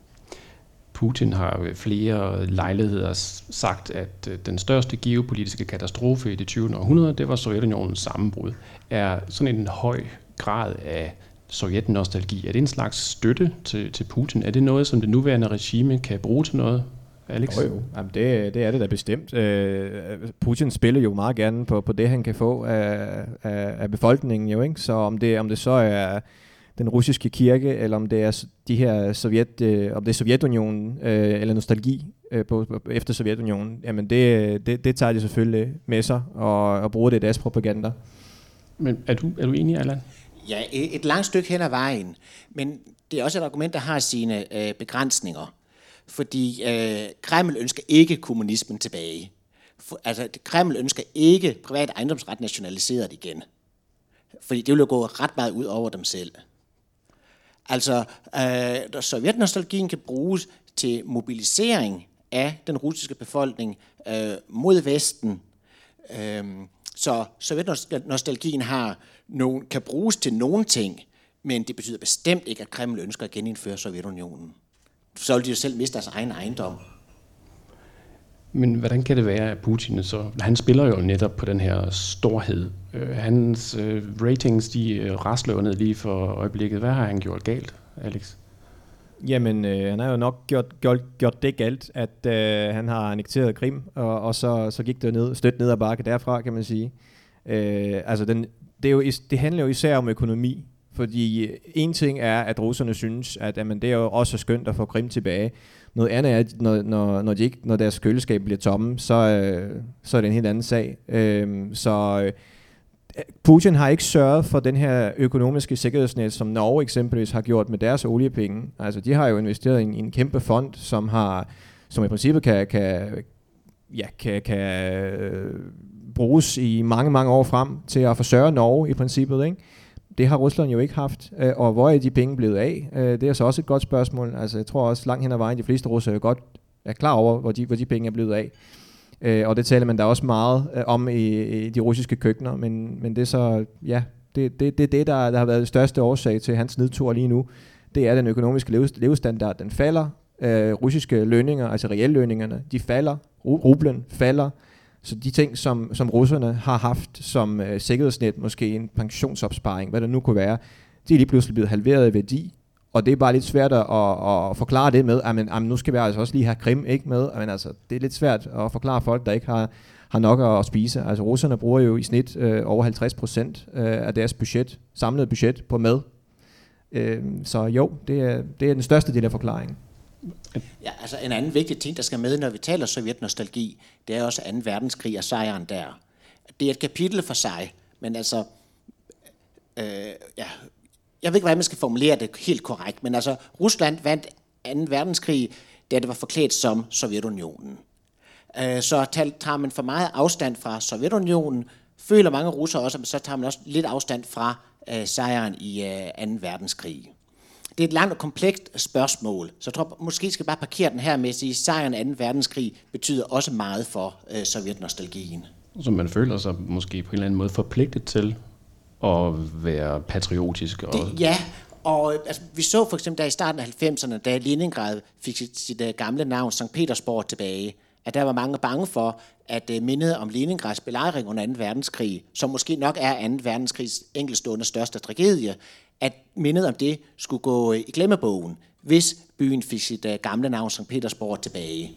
Putin har ved flere lejligheder sagt, at øh, den største geopolitiske katastrofe i det tyvende århundrede, det var Sovjetunionens sammenbrud. Er sådan en høj grad af sovjetnostalgi, er det en slags støtte til, til Putin? Er det noget, som det nuværende regime kan bruge til noget? Alex? Jo, jo. Jamen, det, det er det da bestemt. Øh, Putin spiller jo meget gerne på, på det, han kan få af, af, af befolkningen, jo, ikke? Så om det, om det så er den russiske kirke, eller om det er de her Sovjet, øh, om det er Sovjetunionen, øh, eller nostalgi øh, på, på, efter Sovjetunionen, jamen det, det, det tager de selvfølgelig med sig, og, og bruger det i deres propaganda. Men er du, er du enig, Allan? Ja, et langt stykke hen ad vejen, men det er også et argument, der har sine øh, begrænsninger. Fordi øh, Kreml ønsker ikke kommunismen tilbage. For, altså, Kreml ønsker ikke privat ejendomsret nationaliseret igen. Fordi det vil jo gå ret meget ud over dem selv. Altså, øh, sovjetnostalgien kan bruges til mobilisering af den russiske befolkning øh, mod Vesten. Øh, så sovjetnostalgien har nogen, kan bruges til nogle ting, men det betyder bestemt ikke, at Kreml ønsker at genindføre Sovjetunionen. Så vil de jo selv miste deres egen ejendom. Men hvordan kan det være, at Putin så... Han spiller jo netop på den her storhed. Uh, hans uh, ratings, de uh, rasler jo ned lige for øjeblikket. Hvad har han gjort galt, Alex? Jamen, øh, han har jo nok gjort, gjort, gjort det galt, at øh, han har annekteret Krim, og, og så, så gik det ned, stødt ned ad bakke derfra, kan man sige. Øh, altså, den, det, er jo, det handler jo især om økonomi, fordi en ting er, at russerne synes, at jamen, det er jo også skønt at få Krim tilbage. Noget andet er, at når, når, når, de ikke, når deres køleskab bliver tomme, så, øh, så er det en helt anden sag. Øh, så øh, Putin har ikke sørget for den her økonomiske sikkerhedsnet, som Norge eksempelvis har gjort med deres oliepenge. Altså, de har jo investeret i en, en kæmpe fond, som har, som i princippet kan, kan, ja, kan, kan øh, bruges i mange, mange år frem til at forsørge Norge i princippet, ikke? Det har Rusland jo ikke haft, og hvor er de penge blevet af? Det er så også et godt spørgsmål. Altså, jeg tror også langt hen ad vejen, de fleste russere er godt er klar over, hvor de, hvor de penge er blevet af. Og det taler man da også meget om i, i de russiske køkkener, men, men det er så, ja, det, det, det, det der, der har været det største årsag til hans nedtur lige nu. Det er den økonomiske levestandard, den falder. Øh, russiske lønninger, altså reellønningerne, de falder. Rublen falder. Så de ting, som, som russerne har haft som øh, sikkerhedsnet, måske en pensionsopsparing, hvad det nu kunne være, de er lige pludselig blevet halveret i værdi. Og det er bare lidt svært at, at, at forklare det med, at men, nu skal vi altså også lige have Krim ikke med. Men, altså, det er lidt svært at forklare folk, der ikke har, har nok at, at spise. Altså russerne bruger jo i snit øh, over halvtreds procent øh, af deres budget, samlede budget på mad. Øh, så jo, det er, det er den største del af forklaringen. Ja, altså en anden vigtig ting, der skal med, når vi taler sovjetnostalgi, det er også anden verdenskrig og sejren der. Det er et kapitel for sig, men altså, øh, ja, jeg ved ikke, hvordan man skal formulere det helt korrekt, men altså, Rusland vandt anden verdenskrig, da det var forklædt som Sovjetunionen. Øh, så tager man for meget afstand fra Sovjetunionen, føler mange russere også, men så tager man også lidt afstand fra øh, sejren i øh, anden verdenskrig. Det er et langt og komplekst spørgsmål, så jeg tror måske skal bare parkere den her med at sige, at sejren af anden verdenskrig betyder også meget for øh, sovjetnostalgien. Så man føler sig måske på en eller anden måde forpligtet til at være patriotisk. Og det, ja, og altså, vi så for eksempel der i starten af halvfemserne, da Leningrad fik sit, sit uh, gamle navn, Sankt Petersborg, tilbage, at der var mange bange for, at uh, mindet om Leningrads belejring under anden verdenskrig, som måske nok er anden verdenskrigs enkeltstående største tragedie, at mindet om det skulle gå i glemmebogen, hvis byen fik sit uh, gamle navn, Sankt Petersborg, tilbage.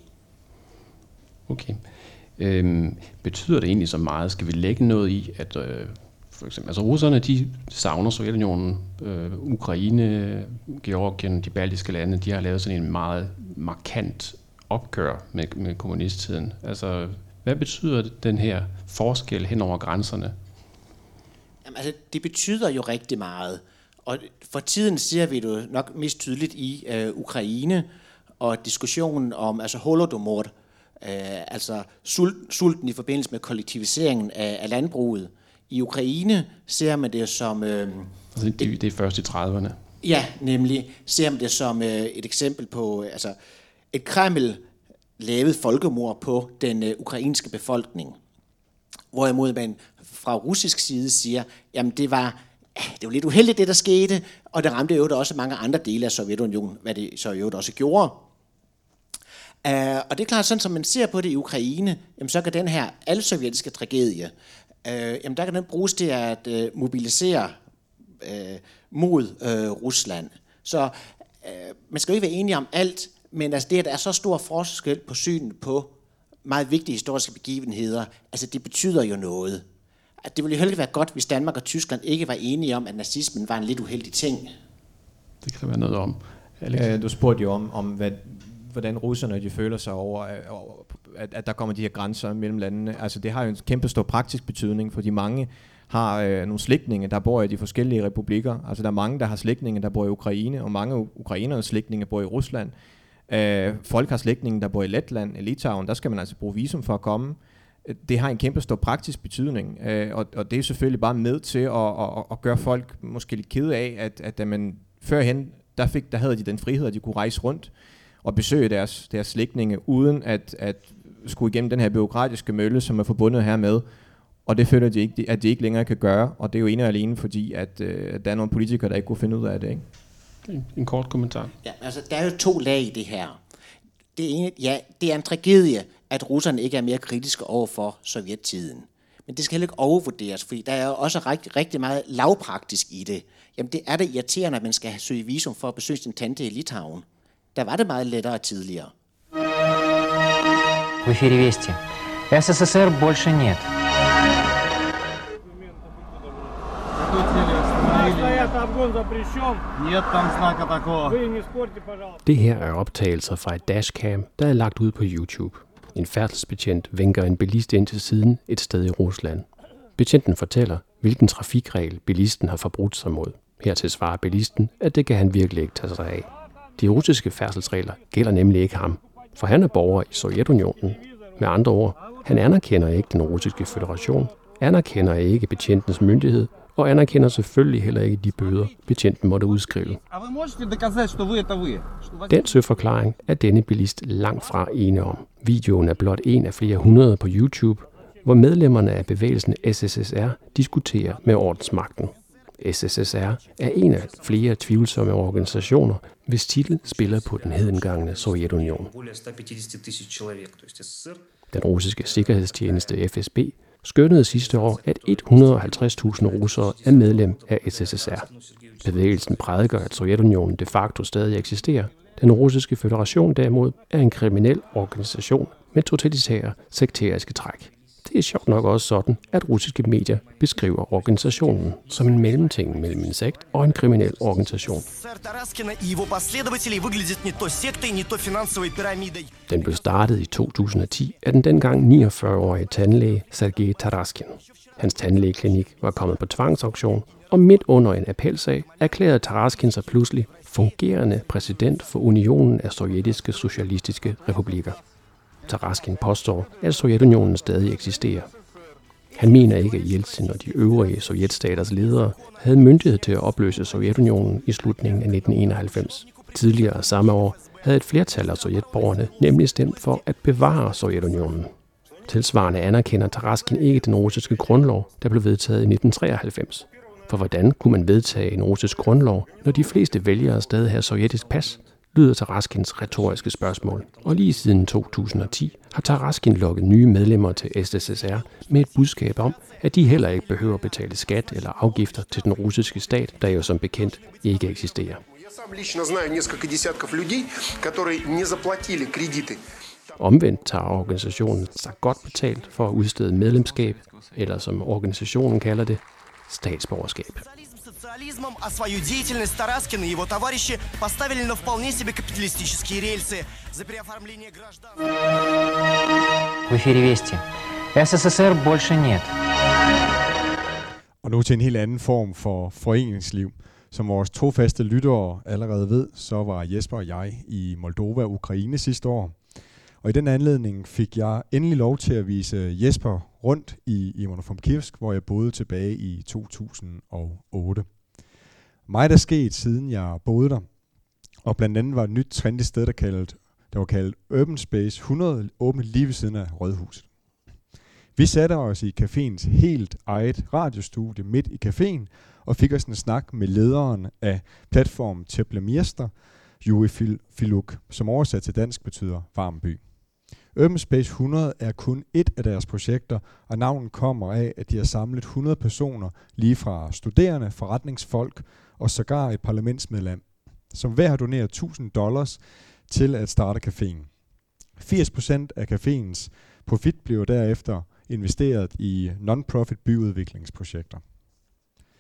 Okay. Øhm, betyder det egentlig så meget? Skal vi lægge noget i, at øh, for eksempel, altså russerne, de savner Sovjetunionen, øh, Ukraine, Georgien, de baltiske lande, de har lavet sådan en meget markant opgør med, med kommunisttiden. Altså, hvad betyder den her forskel hen over grænserne? Jamen, altså, det betyder jo rigtig meget. Og for tiden ser vi det nok mest tydeligt i øh, Ukraine og diskussionen om altså holodomor, øh, altså sult, sulten i forbindelse med kollektiviseringen af, af landbruget. I Ukraine ser man det som... Øh, altså det, det er først i trediverne. Ja, nemlig ser man det som øh, et eksempel på altså et Kreml lavet folkemord på den øh, ukrainske befolkning. Hvorimod man fra russisk side siger, jamen det var... Det var lidt uheldigt, det der skete, og det ramte jo også mange andre dele af Sovjetunionen, hvad det så jo også gjorde. Uh, og det er klart, sådan som man ser på det i Ukraine, jamen, så kan den her alsovjetiske tragedie, uh, jamen, der kan den bruges til at uh, mobilisere uh, mod uh, Rusland. Så uh, man skal jo ikke være enige om alt, men altså, det, at der er så stor forskel på synet på meget vigtige historiske begivenheder, altså det betyder jo noget. At det ville jo heller være godt, hvis Danmark og Tyskland ikke var enige om, at nazismen var en lidt uheldig ting. Det kan der være noget om. Øh, du spurgte jo om, om hvad, hvordan russerne de føler sig over, at, at der kommer de her grænser mellem landene. Altså det har jo en kæmpe stor praktisk betydning, fordi mange har øh, nogle slægtninge, der bor i de forskellige republikker. Altså der er mange, der har slægtninge, der bor i Ukraine, og mange ukrainernes slægtninge bor i Rusland. Øh, folk har slægtninge, der bor i Letland, i Litauen. Der skal man altså bruge visum for at komme. Det har en kæmpe stor praktisk betydning, øh, og, og det er selvfølgelig bare med til at, at, at gøre folk måske lidt kede af, at, at da man førhen, der, fik, der havde de den frihed, at de kunne rejse rundt og besøge deres, deres slægtninge, uden at, at skulle igennem den her bureaukratiske mølle, som er forbundet hermed. Og det føler de ikke, at de ikke længere kan gøre, og det er jo ene og alene, fordi at, øh, at der er nogle politikere, der ikke kunne finde ud af det. Ikke? En, en kort kommentar. Ja, altså der er jo to lag i det her. Det ene, ja, det er en tragedie, at russerne ikke er mere kritiske over for sovjettiden. Men det skal heller ikke overvurderes, fordi der er jo også rigtig, rigtig meget lavpraktisk i det. Jamen det er det irriterende, at man skal søge visum for at besøge sin tante i Litauen. Der var det meget lettere tidligere. В эфире Вести. СССР больше нет. Det her er optagelser fra et dashcam, der er lagt ud på YouTube. En færdselsbetjent vinker en bilist ind til siden et sted i Rusland. Betjenten fortæller, hvilken trafikregel bilisten har forbrudt sig mod. Hertil svarer bilisten, at det kan han virkelig ikke tage sig af. De russiske færdselsregler gælder nemlig ikke ham, for han er borger i Sovjetunionen. Med andre ord, han anerkender ikke den russiske føderation, anerkender ikke betjentens myndighed, og anerkender selvfølgelig heller ikke de bøder, betjenten måtte udskrive. Den søforklaring er denne bilist langt fra ene om. Videoen er blot en af flere hundrede på YouTube, hvor medlemmerne af bevægelsen S S S R diskuterer med ordensmagten. S S S R er en af flere tvivlsomme organisationer, hvis titel spiller på den hedengangne Sovjetunion. Den russiske sikkerhedstjeneste F S B skønnede sidste år, at et hundrede og halvtreds tusind russere er medlem af S S S R. Bevægelsen prædiker, at Sovjetunionen de facto stadig eksisterer. Den russiske føderation derimod er en kriminel organisation med totalitære sekteriske træk. Det er sjovt nok også sådan, at russiske medier beskriver organisationen som en mellemting mellem en sekt og en kriminel organisation. Den blev startet i to tusind og ti af den dengang niogfyrre-årige tandlæge Sergej Taraskin. Hans tandlægeklinik var kommet på tvangsauktion, og midt under en appelsag erklærede Taraskin sig pludselig fungerende præsident for Unionen af Sovjetiske Socialistiske Republikker. Taraskin påstår, at Sovjetunionen stadig eksisterer. Han mener ikke, at Jeltsin og de øvrige sovjetstaters ledere havde myndighed til at opløse Sovjetunionen i slutningen af nitten enoghalvfems. Tidligere samme år havde et flertal af sovjetborgerne nemlig stemt for at bevare Sovjetunionen. Tilsvarende anerkender Taraskin ikke den russiske grundlov, der blev vedtaget i nitten treoghalvfems. For hvordan kunne man vedtage en russisk grundlov, når de fleste vælgere stadig havde sovjetisk pas? Lyder Taraskins retoriske spørgsmål. Og lige siden to tusind og ti har Taraskin lokket nye medlemmer til S S S R med et budskab om, at de heller ikke behøver at betale skat eller afgifter til den russiske stat, der jo som bekendt ikke eksisterer. Omvendt tager organisationen sig godt betalt for at udstede medlemskab, eller som organisationen kalder det, statsborgerskab. Социализмом, а свою деятельность Тараскин и его товарищи поставили на вполне себе капиталистические рельсы за переоформление граждан. В эфире Вести. СССР больше нет. Og nu til en helt anden form for foreningsliv. Som vores trofaste lyttere allerede ved, så var Jesper og jeg i Moldova og Ukraine sidste år. Og i den anledning fik jeg endelig lov til at vise Jesper rundt i Ivano-Frankivsk, hvor jeg boede tilbage i to tusind og otte. Meget er sket, siden jeg boede der, og blandt andet var et nyt trendy sted, der, kaldet, der var kaldet Urban Space hundrede, åbent lige ved siden af Rådhuset. Vi satte os i caféens helt eget radiostudie midt i caféen, og fik os en snak med lederen af platformen Teplemirster, Yuri Filuk, som oversat til dansk betyder varm by. Urban Space hundrede er kun et af deres projekter, og navnet kommer af, at de har samlet hundrede personer, lige fra studerende, forretningsfolk og sågar et parlamentsmedlem, som hver har doneret tusind dollars til at starte caféen. firs procent af caféens profit bliver derefter investeret i non-profit byudviklingsprojekter.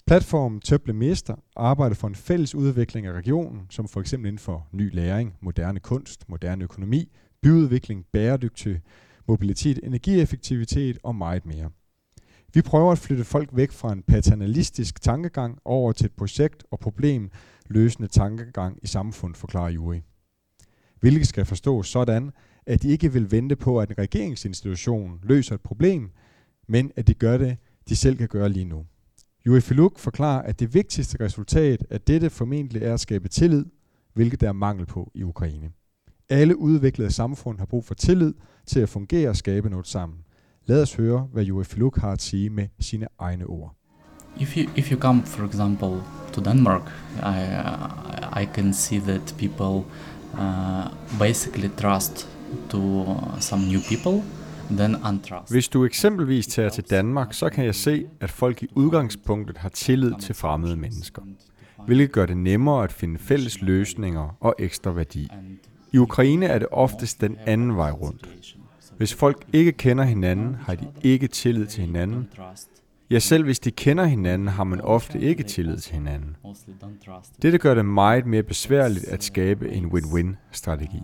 Platformen Tøble Mester arbejder for en fælles udvikling af regionen, som for eksempel inden for ny læring, moderne kunst, moderne økonomi, byudvikling, bæredygtig mobilitet, energieffektivitet og meget mere. Vi prøver at flytte folk væk fra en paternalistisk tankegang over til et projekt- og problemløsende tankegang i samfundet, forklarer Yuri. Hvilket skal forstås sådan, at de ikke vil vente på, at en regeringsinstitution løser et problem, men at de gør det, de selv kan gøre lige nu. Yuri Filuk forklarer, at det vigtigste resultat af dette formentlig er at skabe tillid, hvilket der er mangel på i Ukraine. Alle udviklede samfund har brug for tillid til at fungere og skabe noget sammen. Lad os høre, hvad Yuri Filuk har at sige med sine egne ord. If you if you come, for example, to Denmark, I uh, I can see that people uh, basically trust to some new people, then untrust. Hvis du eksempelvis tager til Danmark, så kan jeg se, at folk i udgangspunktet har tillid til fremmede mennesker, hvilket gør det nemmere at finde fælles løsninger og ekstra værdi. I Ukraine er det oftest den anden vej rundt. Hvis folk ikke kender hinanden, har de ikke tillid til hinanden. Ja, selv hvis de kender hinanden, har man ofte ikke tillid til hinanden. Dette gør det meget mere besværligt at skabe en win-win-strategi.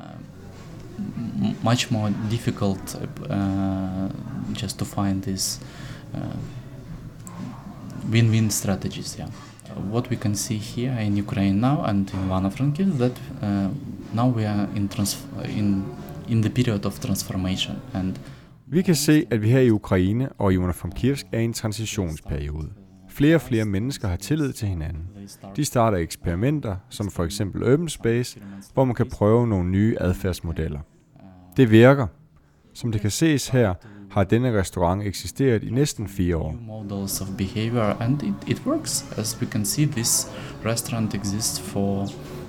Much more difficult uh, just to find these uh, win-win strategies. Yeah. What we can see here in Ukraine now and in Ivano-Frankivsk that uh, now we are in trans- in in the period of transformation and vi kan se, at vi her i Ukraine og i Ivano-Frankivsk er i en transitionsperiode. Flere og flere mennesker har tillid til hinanden. De starter eksperimenter, som for eksempel Open Space, hvor man kan prøve nogle nye adfærdsmodeller. Det virker. Som det kan ses her, har denne restaurant eksisteret i næsten fire år. Models of behavior and it, it works. As we can see, this restaurant exists for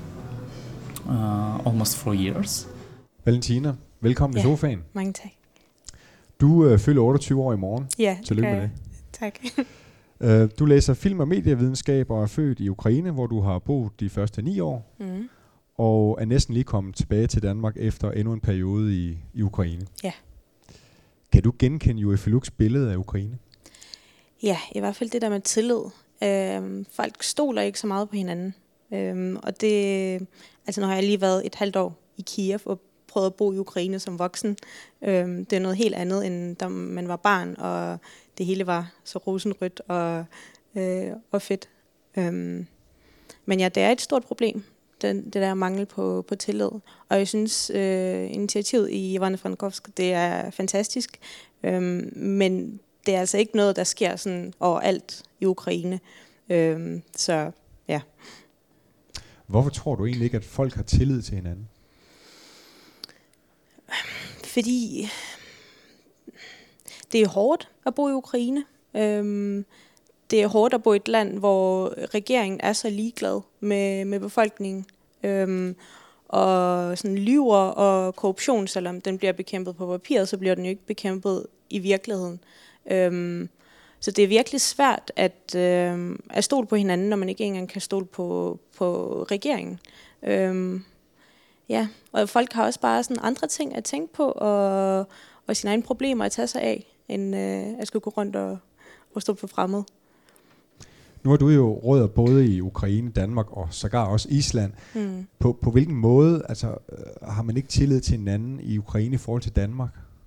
uh, almost four years. Valentina, velkommen ja, i sofaen. Mange tak. Du øh, fylder otteogtyve år i morgen. Ja, tillykke med det. Tak. uh, du læser film- og medievidenskab og er født i Ukraine, hvor du har boet de første ni år. Mm. Og er næsten lige kommet tilbage til Danmark efter endnu en periode i, i Ukraine. Ja. Kan du genkende Yuri Filuks billede af Ukraine? Ja, i hvert fald det der med tillid. Øhm, folk stoler ikke så meget på hinanden. Øhm, og det, altså nu har jeg lige været et halvt år i Kiev og prøvet at bo i Ukraine som voksen. Øhm, det er noget helt andet, end da man var barn, og det hele var så rosenrødt og, øh, og fedt. Øhm, men ja, det er et stort problem, den, det der mangel på, på tillid. Og jeg synes, øh, initiativet i Ivano-Frankivsk, det er fantastisk. Øhm, men det er altså ikke noget, der sker sådan overalt i Ukraine. Øhm, så ja. Hvorfor tror du egentlig ikke, at folk har tillid til hinanden? Fordi det er hårdt at bo i Ukraine. Øhm, det er hårdt at bo i et land, hvor regeringen er så ligeglad med, med befolkningen. Øhm, og sådan lyver og korruption, selvom den bliver bekæmpet på papiret, så bliver den jo ikke bekæmpet i virkeligheden. Øhm, så det er virkelig svært at, øh, at stole på hinanden, når man ikke engang kan stole på, på regeringen. Øhm, ja, og folk har også bare sådan andre ting at tænke på, og, og sine egne problemer at tage sig af, end øh, at skulle gå rundt og, og stå på fremmed. Nu har du jo rødder både i Ukraine, Danmark og sågar også Island. Mm. På, på hvilken måde altså, øh, har man ikke tillid til hinanden i Ukraine i forhold til Danmark?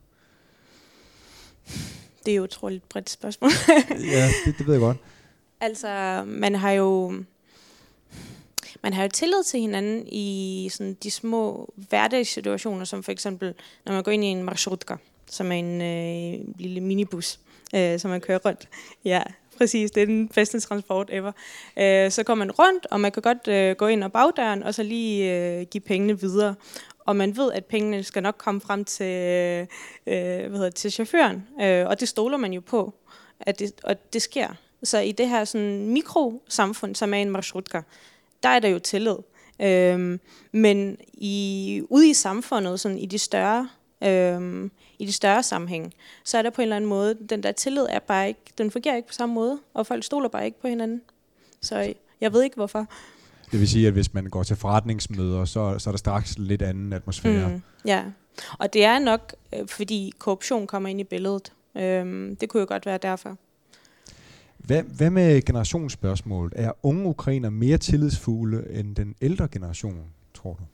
Det er jo et utroligt bredt spørgsmål. Ja, det, det ved jeg godt. Altså, man har jo man har jo tillid til hinanden i sådan de små hverdagssituationer, som for eksempel, når man går ind i en marshrutka, som er en øh, lille minibus, øh, som man kører rundt. Ja, præcis. Det er den bedste transport ever. Øh, så går man rundt, og man kan godt øh, gå ind og bagdøren, og så lige øh, give pengene videre. Og man ved, at pengene skal nok komme frem til, øh, hvad hedder det, til chaufføren. Øh, og det stoler man jo på, at det, og det sker. Så i det her sådan, mikrosamfund, som er en marshrutka, der er der jo tillid. Øh, men i, ude i samfundet, sådan, i de større øh, i de større sammenhæng, så er der på en eller anden måde, den der tillid er bare ikke, den fungerer ikke på samme måde, og folk stoler bare ikke på hinanden. Så jeg ved ikke, hvorfor. Det vil sige, at hvis man går til forretningsmøder, så, så er der straks lidt anden atmosfære. Mm, ja, og det er nok, øh, fordi korruption kommer ind i billedet. Øhm, det kunne jo godt være derfor. Hvad, hvad med generationsspørgsmålet? Er unge ukrainer mere tillidsfulde end den ældre generation, tror du?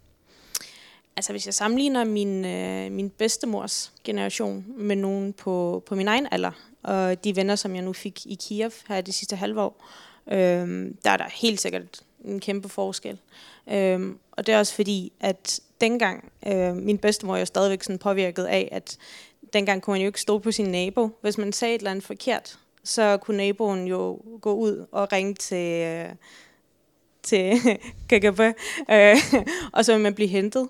Altså hvis jeg sammenligner min, øh, min bedstemors generation med nogen på, på min egen alder, og de venner, som jeg nu fik i Kiev her de sidste halve år, øh, der er der helt sikkert en kæmpe forskel. Øh, og det er også fordi, at dengang, øh, min bedstemor er jo stadigvæk sådan påvirket af, at dengang kunne man jo ikke stå på sin nabo. Hvis man sagde et eller andet forkert, så kunne naboen jo gå ud og ringe til... Øh, til K G B, øh, og så vil man blive hentet.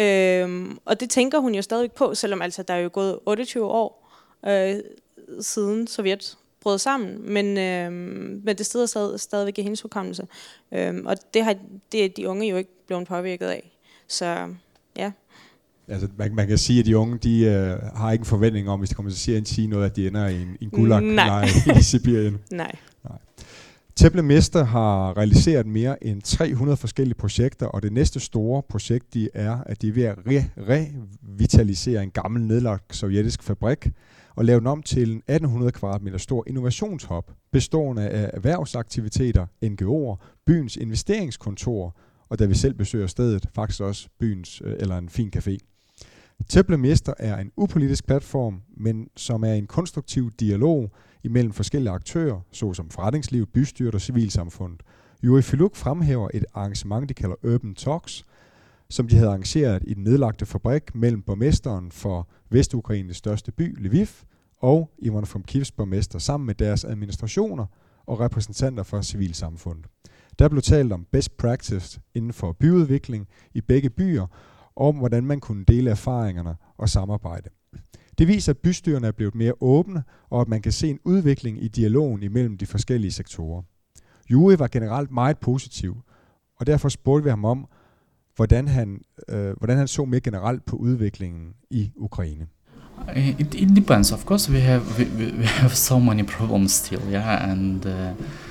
Øh, og det tænker hun jo stadigvæk på, selvom altså der er jo gået otteogtyve år øh, siden Sovjet brød sammen, men, øh, men det sidder stadig, stadigvæk i hendes hukommelse. Øh, og det har det er de unge jo ikke blevet påvirket af. Så ja. Altså, man, man kan sige, at de unge, de øh, har ikke en forventning om, hvis de kommer til at sige noget, at de ender i en, en gulag i Sibirien. Nej. Nej. Temple Mester har realiseret mere end tre hundrede forskellige projekter, og det næste store projekt de er, at de er ved at re- revitalisere en gammel nedlagt sovjetisk fabrik og lave den om til en atten hundrede kvadratmeter stor innovationshub, bestående af erhvervsaktiviteter, N G O'er, byens investeringskontor, og da vi selv besøger stedet, faktisk også byens eller en fin café. Temple Mester er en upolitisk platform, men som er en konstruktiv dialog imellem forskellige aktører, såsom forretningsliv, bystyret og civilsamfundet. Yuri Filuk fremhæver et arrangement, de kalder Urban Talks, som de havde arrangeret i den nedlagte fabrik mellem borgmesteren for Vestukraines største by, Lviv, og Ivan Frumkivs borgmester sammen med deres administrationer og repræsentanter for civilsamfundet. Der blev talt om best practice inden for byudvikling i begge byer, og om hvordan man kunne dele erfaringerne og samarbejde. Det viser, at bystyrene er blevet mere åbne, og at man kan se en udvikling i dialogen imellem de forskellige sektorer. Yuri var generelt meget positiv, og derfor spurgte vi ham om, hvordan han, øh, hvordan han så mere generelt på udviklingen i Ukraine. It, it depends. Of course, we have we, we have so many problems still, yeah, and uh,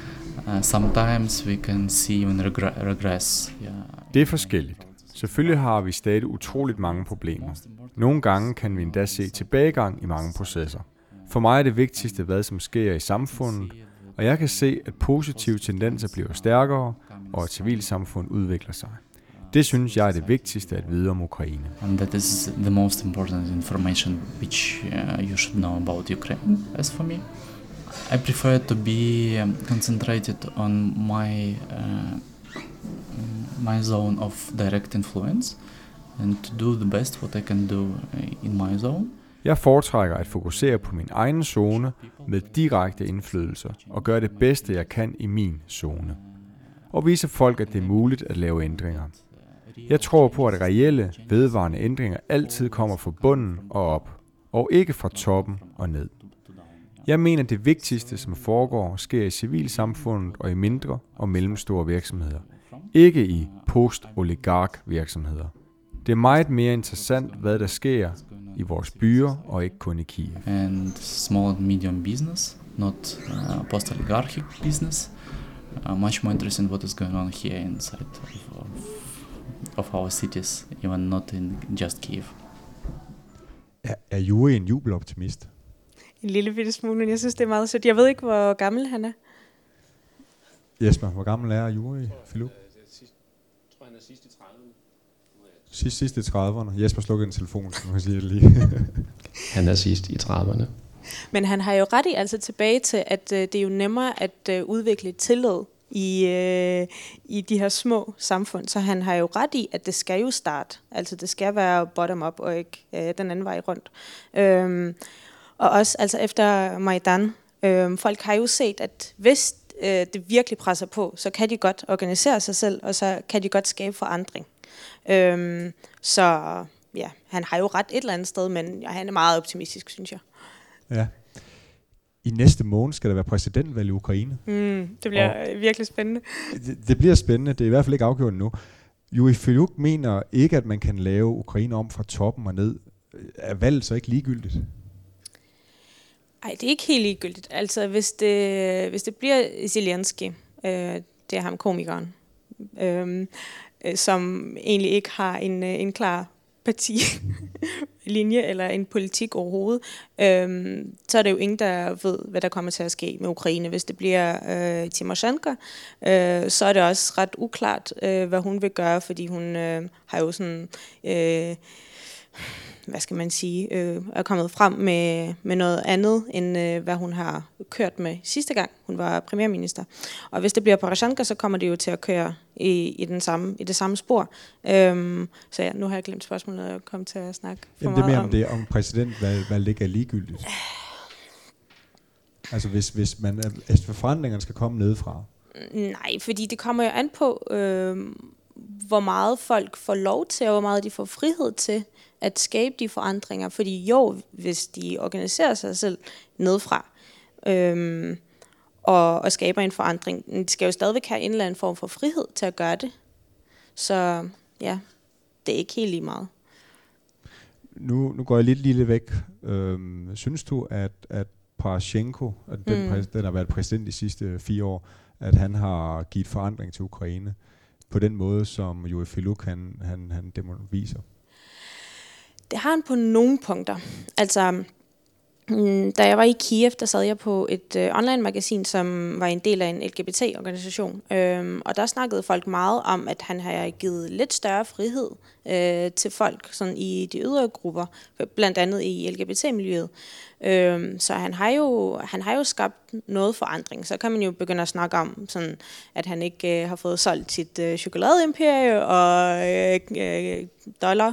uh, sometimes we can see when regre- regress. Yeah. Det er forskelligt. Selvfølgelig har vi stadig utroligt mange problemer. Nogle gange kan vi endda se tilbagegang i mange processer. For mig er det vigtigste, hvad som sker i samfundet, og jeg kan se, at positive tendenser bliver stærkere, og at civilsamfundet udvikler sig. Det synes jeg er det vigtigste at vide om Ukraine. And that is the most important information which uh, you should know about Ukraine, as for me. I prefer to be um, concentrated on my uh, my zone of direct influence and to do the best what I can do in my zone. Jeg foretrækker at fokusere på min egen zone med direkte indflydelser og gøre det bedste jeg kan i min zone. Og vise folk, at det er muligt at lave ændringer. Jeg tror på, at reelle, vedvarende ændringer altid kommer fra bunden og op, og ikke fra toppen og ned. Jeg mener, det vigtigste, som foregår, sker i civilsamfundet og i mindre og mellemstore virksomheder. Ikke i post-oligark virksomheder. Det er meget mere interessant, hvad der sker i vores byer og ikke kun i Kiev. And small and medium business, not uh, post-oligarchic business. Uh, much more interesting what is going on here inside of, of, of our cities, even not in just Kiev. Er, er Yuri en jubeloptimist? En lille bitte smule, men jeg synes, det er meget sødt. Jeg ved ikke, hvor gammel han er. Jesper, hvor gammel er Yuri Filuk? Jeg tror, han er sidst i trediverne. Sidst, sidst i trediverne. Jesper slukkede en telefon, så man kan sige det lige. Han er sidst i trediverne. Men han har jo ret i altså tilbage til, at øh, det er jo nemmere at øh, udvikle tillid i, øh, i de her små samfund. Så han har jo ret i, at det skal jo starte. Altså det skal være bottom-up og ikke øh, den anden vej rundt. Øhm, og også altså efter Majdan. Øh, folk har jo set, at hvis øh, det virkelig presser på, så kan de godt organisere sig selv, og så kan de godt skabe forandring. Øhm, så ja, han har jo ret et eller andet sted, men ja, han er meget optimistisk, synes jeg. Ja. I næste måned skal der være præsidentvalg i Ukraine. Mm, det bliver og virkelig spændende. Det, det bliver spændende. Det er i hvert fald ikke afgjort endnu. Yuri Filuk mener ikke, at man kan lave Ukraine om fra toppen og ned. Er valget så ikke ligegyldigt? Nej, det er ikke helt ligegyldigt. Altså, hvis det, hvis det bliver Zelensky, øh, det er ham komikeren, øh, øh, som egentlig ikke har en, en klar parti, linje eller en politik overhovedet, øhm, så er det jo ingen, der ved, hvad der kommer til at ske med Ukraine. Hvis det bliver øh, Tymosjenko, øh, så er det også ret uklart, øh, hvad hun vil gøre, fordi hun øh, har jo sådan... Øh, hvad skal man sige, øh, er kommet frem med, med noget andet, end øh, hvad hun har kørt med sidste gang, hun var premierminister. Og hvis det bliver Poroshenko, så kommer det jo til at køre i, i, den samme, i det samme spor. Øhm, så ja, nu har jeg glemt spørgsmålet, og jeg kom til at snakke for Jamen, det er mere meget om det, om præsidentvalg ligger ligegyldigt. Altså hvis, hvis, man, hvis forandringerne skal komme nedefra. Nej, fordi det kommer jo an på, øh, hvor meget folk får lov til, og hvor meget de får frihed til at skabe de forandringer. Fordi jo, hvis de organiserer sig selv nedefra, øhm, og, og skaber en forandring, de skal jo stadigvæk have en eller anden form for frihed til at gøre det. Så ja, det er ikke helt lige meget. Nu, nu går jeg lidt lille væk. Øhm, synes du, at, at Poroshenko, at den, Mm. præs, den har været præsident de sidste fire år, at han har givet forandring til Ukraine på den måde, som Juri Filuk han, han, han demon- viser? Det har han på nogle punkter. Altså, mm, da jeg var i Kiev, der sad jeg på et øh, online-magasin, som var en del af en L G B T-organisation. Øhm, og der snakkede folk meget om, at han har givet lidt større frihed øh, til folk sådan i de ydre grupper, blandt andet i L G B T-miljøet. Øhm, så han har, jo, han har jo skabt noget forandring. Så kan man jo begynde at snakke om, sådan, at han ikke øh, har fået solgt sit øh, chokoladeimperium og øh, øh, dollar,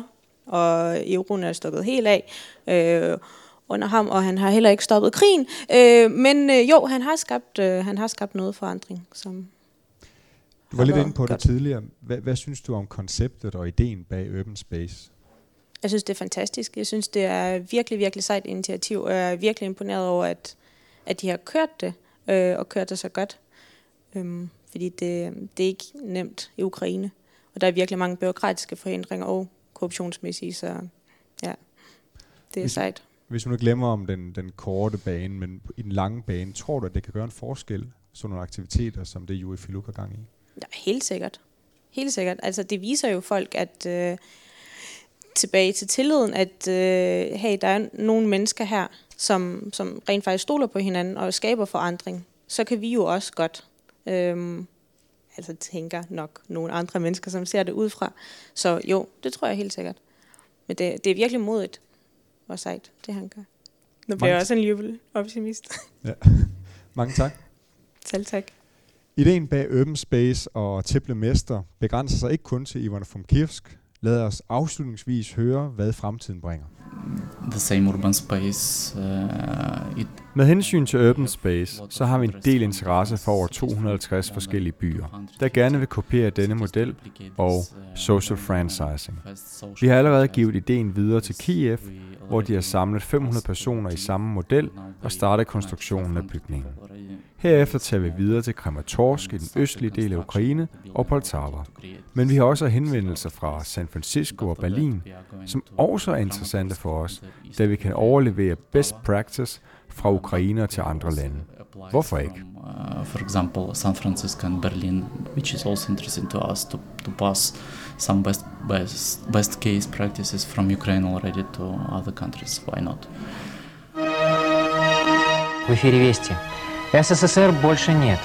og euroen er stukket helt af øh, under ham, og han har heller ikke stoppet krigen. Øh, men øh, jo, han har skabt, øh, han har skabt noget forandring. Som Du var lidt inde på det tidligere. Hvad, hvad synes du om konceptet og ideen bag Urban Space? Jeg synes, det er fantastisk. Jeg synes, det er virkelig, virkelig sejt initiativ, og jeg er virkelig imponeret over, at, at de har kørt det, øh, og kørt det så godt. Øhm, fordi det, det er ikke nemt i Ukraine, og der er virkelig mange byråkratiske forhindringer og korruptionsmæssige, så ja, det er hvis, sejt. Hvis man glemmer om den, den korte bane, men i den lange bane, tror du, at det kan gøre en forskel, sådan nogle aktiviteter, som det Juri Filuk har gang i? Ja, helt sikkert. Helt sikkert. Altså, det viser jo folk, at øh, tilbage til tilliden, at øh, hey, der er nogle mennesker her, som, som rent faktisk stoler på hinanden og skaber forandring. Så kan vi jo også godt, øh, altså tænker nok nogle andre mennesker, som ser det udefra. Så jo, det tror jeg helt sikkert. Men det, det er virkelig modigt og sejt, det han gør. Nu bliver jeg også en jubeloptimist. Ja. Mange tak. Selv tak. Ideen bag Urban Space og Teple Mester begrænser sig ikke kun til Ivano-Frankivsk. Lad os afslutningsvis høre, hvad fremtiden bringer. The same urban space, uh, it Med hensyn til Urban Space, så har vi en del interesse for over to hundrede og halvtreds forskellige byer, der gerne vil kopiere denne model og social franchising. Vi har allerede givet ideen videre til Kiev, hvor de har samlet fem hundrede personer i samme model og startet konstruktionen af bygningen. Herefter tager vi videre til Kramatorsk i den østlige del af Ukraine og Poltava. Men vi har også henvendelser fra San Francisco og Berlin, som også er interessante for os, da vi kan overlevere best practice fra ukrainere til andre lande. Hvorfor ikke? Uh, for example, San Francisco and Berlin, which is also interesting to us to, to pass some best, best, best case practices from Ukraine already to other countries. Why not? В эфире Вести. СССР больше нет.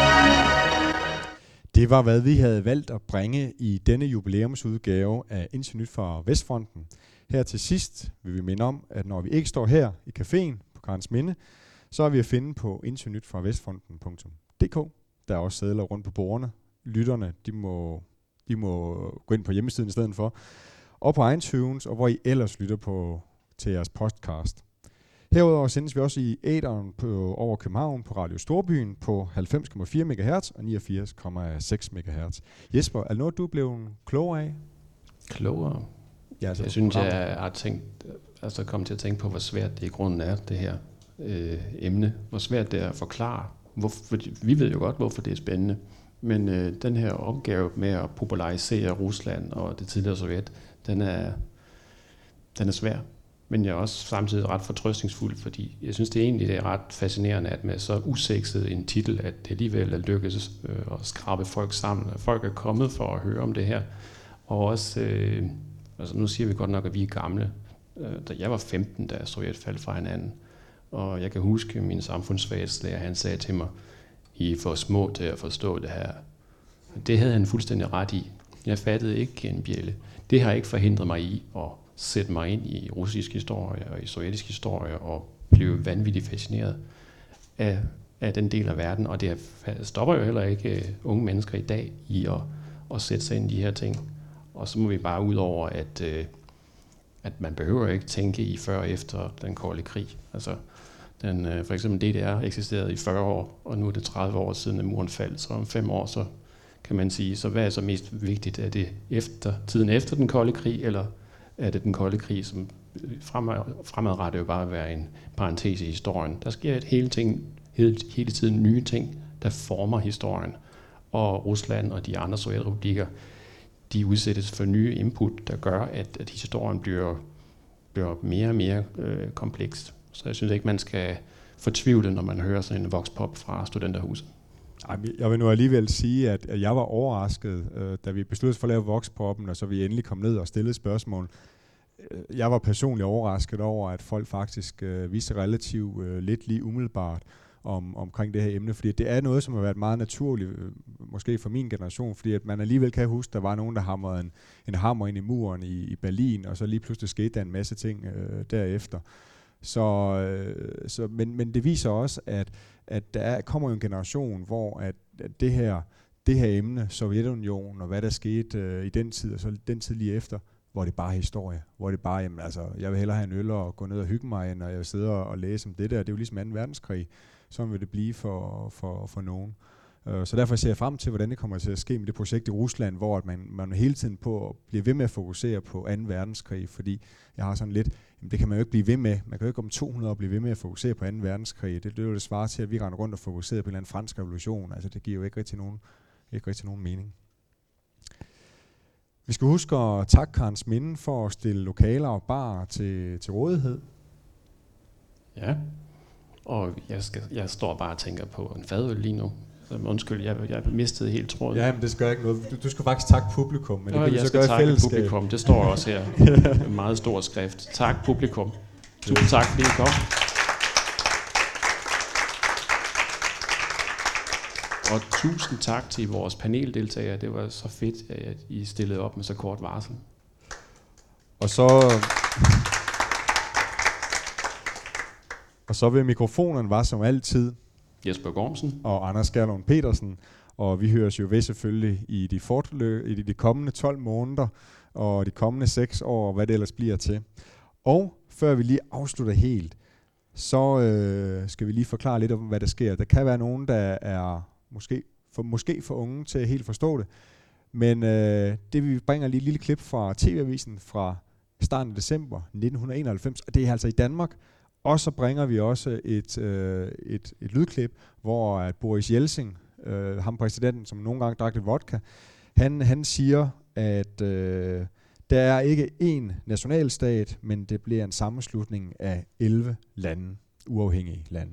Det var, hvad vi havde valgt at bringe i denne jubilæumsudgave af Indtil Nyt fra Vestfronten. Her til sidst vil vi minde om, at når vi ikke står her i caféen på Karensminde, så er vi at finde på indtil nyt fra vestfronten punktum d k. Der er også sedler rundt på bordene. Lytterne, de må, de må gå ind på hjemmesiden i stedet for. Og på iTunes, og hvor I ellers lytter på, til jeres podcast. Herudover sendes vi også i æteren på over København på Radio Storbyen på halvfems komma fire megahertz og niogfirs komma seks megahertz. Jesper, er det noget, du blev klogere af? Klogere? Ja, altså jeg synes, jeg har tænkt, altså kommet til at tænke på, hvor svært det i grunden er, det her øh, emne. Hvor svært det er at forklare. Hvorfor, vi ved jo godt, hvorfor det er spændende. Men øh, den her opgave med at popularisere Rusland og det tidligere Sovjet, den er, den er svær. Men jeg er også samtidig ret fortrøstningsfuld, fordi jeg synes det er egentlig det er ret fascinerende, at med så usekset en titel, at det alligevel er lykkedes øh, at skrabe folk sammen. At folk er kommet for at høre om det her. Og også, øh, altså nu siger vi godt nok, at vi er gamle, da jeg var femten, da Sovjet faldt fra hinanden. Og jeg kan huske, min samfundsfagslærer, han sagde til mig, I er for små til at forstå det her. Det havde han fuldstændig ret i. Jeg fattede ikke en bjælle. Det har ikke forhindret mig i at sætte mig ind i russisk historie og i sovjetisk historie og blive vanvittigt fascineret af, af den del af verden. Og det stopper jo heller ikke uh, unge mennesker i dag i at, at sætte sig ind i de her ting. Og så må vi bare ud over, at, uh, at man behøver ikke tænke i før og efter den kolde krig. Altså, den, uh, for eksempel D D R eksisterede i fyrre år, og nu er det tredive år siden, at muren faldt. Så om fem år, så kan man sige, så hvad er så mest vigtigt? Er det efter, tiden efter den kolde krig, eller er det den kolde krig, som fremad, fremadrettet jo bare være en parentes i historien? Der sker et hele, ting, hele, hele tiden nye ting, der former historien. Og Rusland og de andre sovjetrepublikker, de udsættes for nye input, der gør, at, at historien bliver, bliver mere og mere øh, kompleks. Så jeg synes ikke, man skal fortvivle, når man hører sådan en voxpop fra Studenterhuset. Jeg vil nu alligevel sige, at jeg var overrasket, da vi besluttede for at lave voxpoppen, og så vi endelig kom ned og stillede spørgsmål. Jeg var personligt overrasket over, at folk faktisk viste relativt lidt lige umiddelbart om, omkring det her emne, fordi det er noget, som har været meget naturligt, måske for min generation, fordi at man alligevel kan huske, at der var nogen, der hamrede en, en hammer ind i muren i, i Berlin, og så lige pludselig skete der en masse ting øh, derefter. Så, øh, så, men, men det viser også, at, at der er, kommer en generation, hvor at, at det, her, det her emne, Sovjetunionen og hvad der skete øh, i den tid, og så den tid lige efter, hvor det bare er historie. Hvor det bare, jamen, altså, jeg vil hellere have en øl og gå ned og hygge mig, end jeg vil sidde og læse om det der. Det er jo ligesom anden verdenskrig. Sådan vil det blive for, for, for nogen. Uh, så derfor ser jeg frem til, hvordan det kommer til at ske med det projekt i Rusland, hvor at man, man hele tiden på bliver ved med at fokusere på anden verdenskrig, fordi jeg har sådan lidt, jamen, det kan man jo ikke blive ved med. Man kan jo ikke om to hundrede år blive ved med at fokusere på anden verdenskrig. Det, det er jo det svare til, at vi render rundt og fokuserer på en eller anden fransk revolution. Altså det giver jo ikke rigtig nogen, ikke rigtig nogen mening. Vi skal huske at takke Karens Minde for at stille lokaler og bar til, til rådighed. Ja, og jeg, skal, jeg står bare og tænker på en fadøl lige nu. Så undskyld, jeg, jeg mistede helt tråden. Ja, men det skal ikke noget. Du, du skal faktisk takke publikum. Men det Nå, kan jeg så skal gøre takke fællesskab. publikum. Det står også her. En meget stor skrift. Tak publikum. Tusind tak, fordi I kom. Og tusind tak til vores paneldeltagere. Det var så fedt, at I stillede op med så kort varsel. Og så... Og så vil mikrofonen var som altid Jesper Gormsen og Anders Gerlund Petersen. Og vi høres jo ved selvfølgelig i de, fortløb, i de kommende tolv måneder og de kommende seks år, hvad det ellers bliver til. Og før vi lige afslutter helt, så øh, skal vi lige forklare lidt om, hvad der sker. Der kan være nogen, der er måske for, måske for unge til at helt forstå det. Men øh, det vi bringer lige et lille klip fra T V-avisen fra starten af december nitten enoghalvfems, og det er altså i Danmark. Og så bringer vi også et, øh, et, et lydklip, hvor at Boris Jeltsin, øh, ham præsidenten, som nogle gange drak lidt vodka, han, han siger, at øh, der er ikke én nationalstat, men det bliver en sammenslutning af elleve lande, uafhængige lande.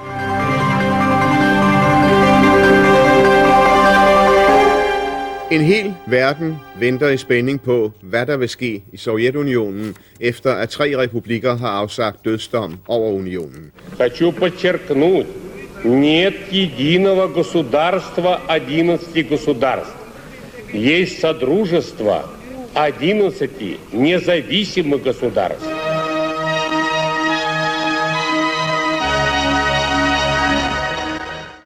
En hel verden venter i spænding på, hvad der vil ske i Sovjetunionen, efter at tre republikker har afsagt dødsdom over unionen. Хочу подчеркнуть, нет единого государства одиннадцати государств. Есть содружество одиннадцати независимых государств.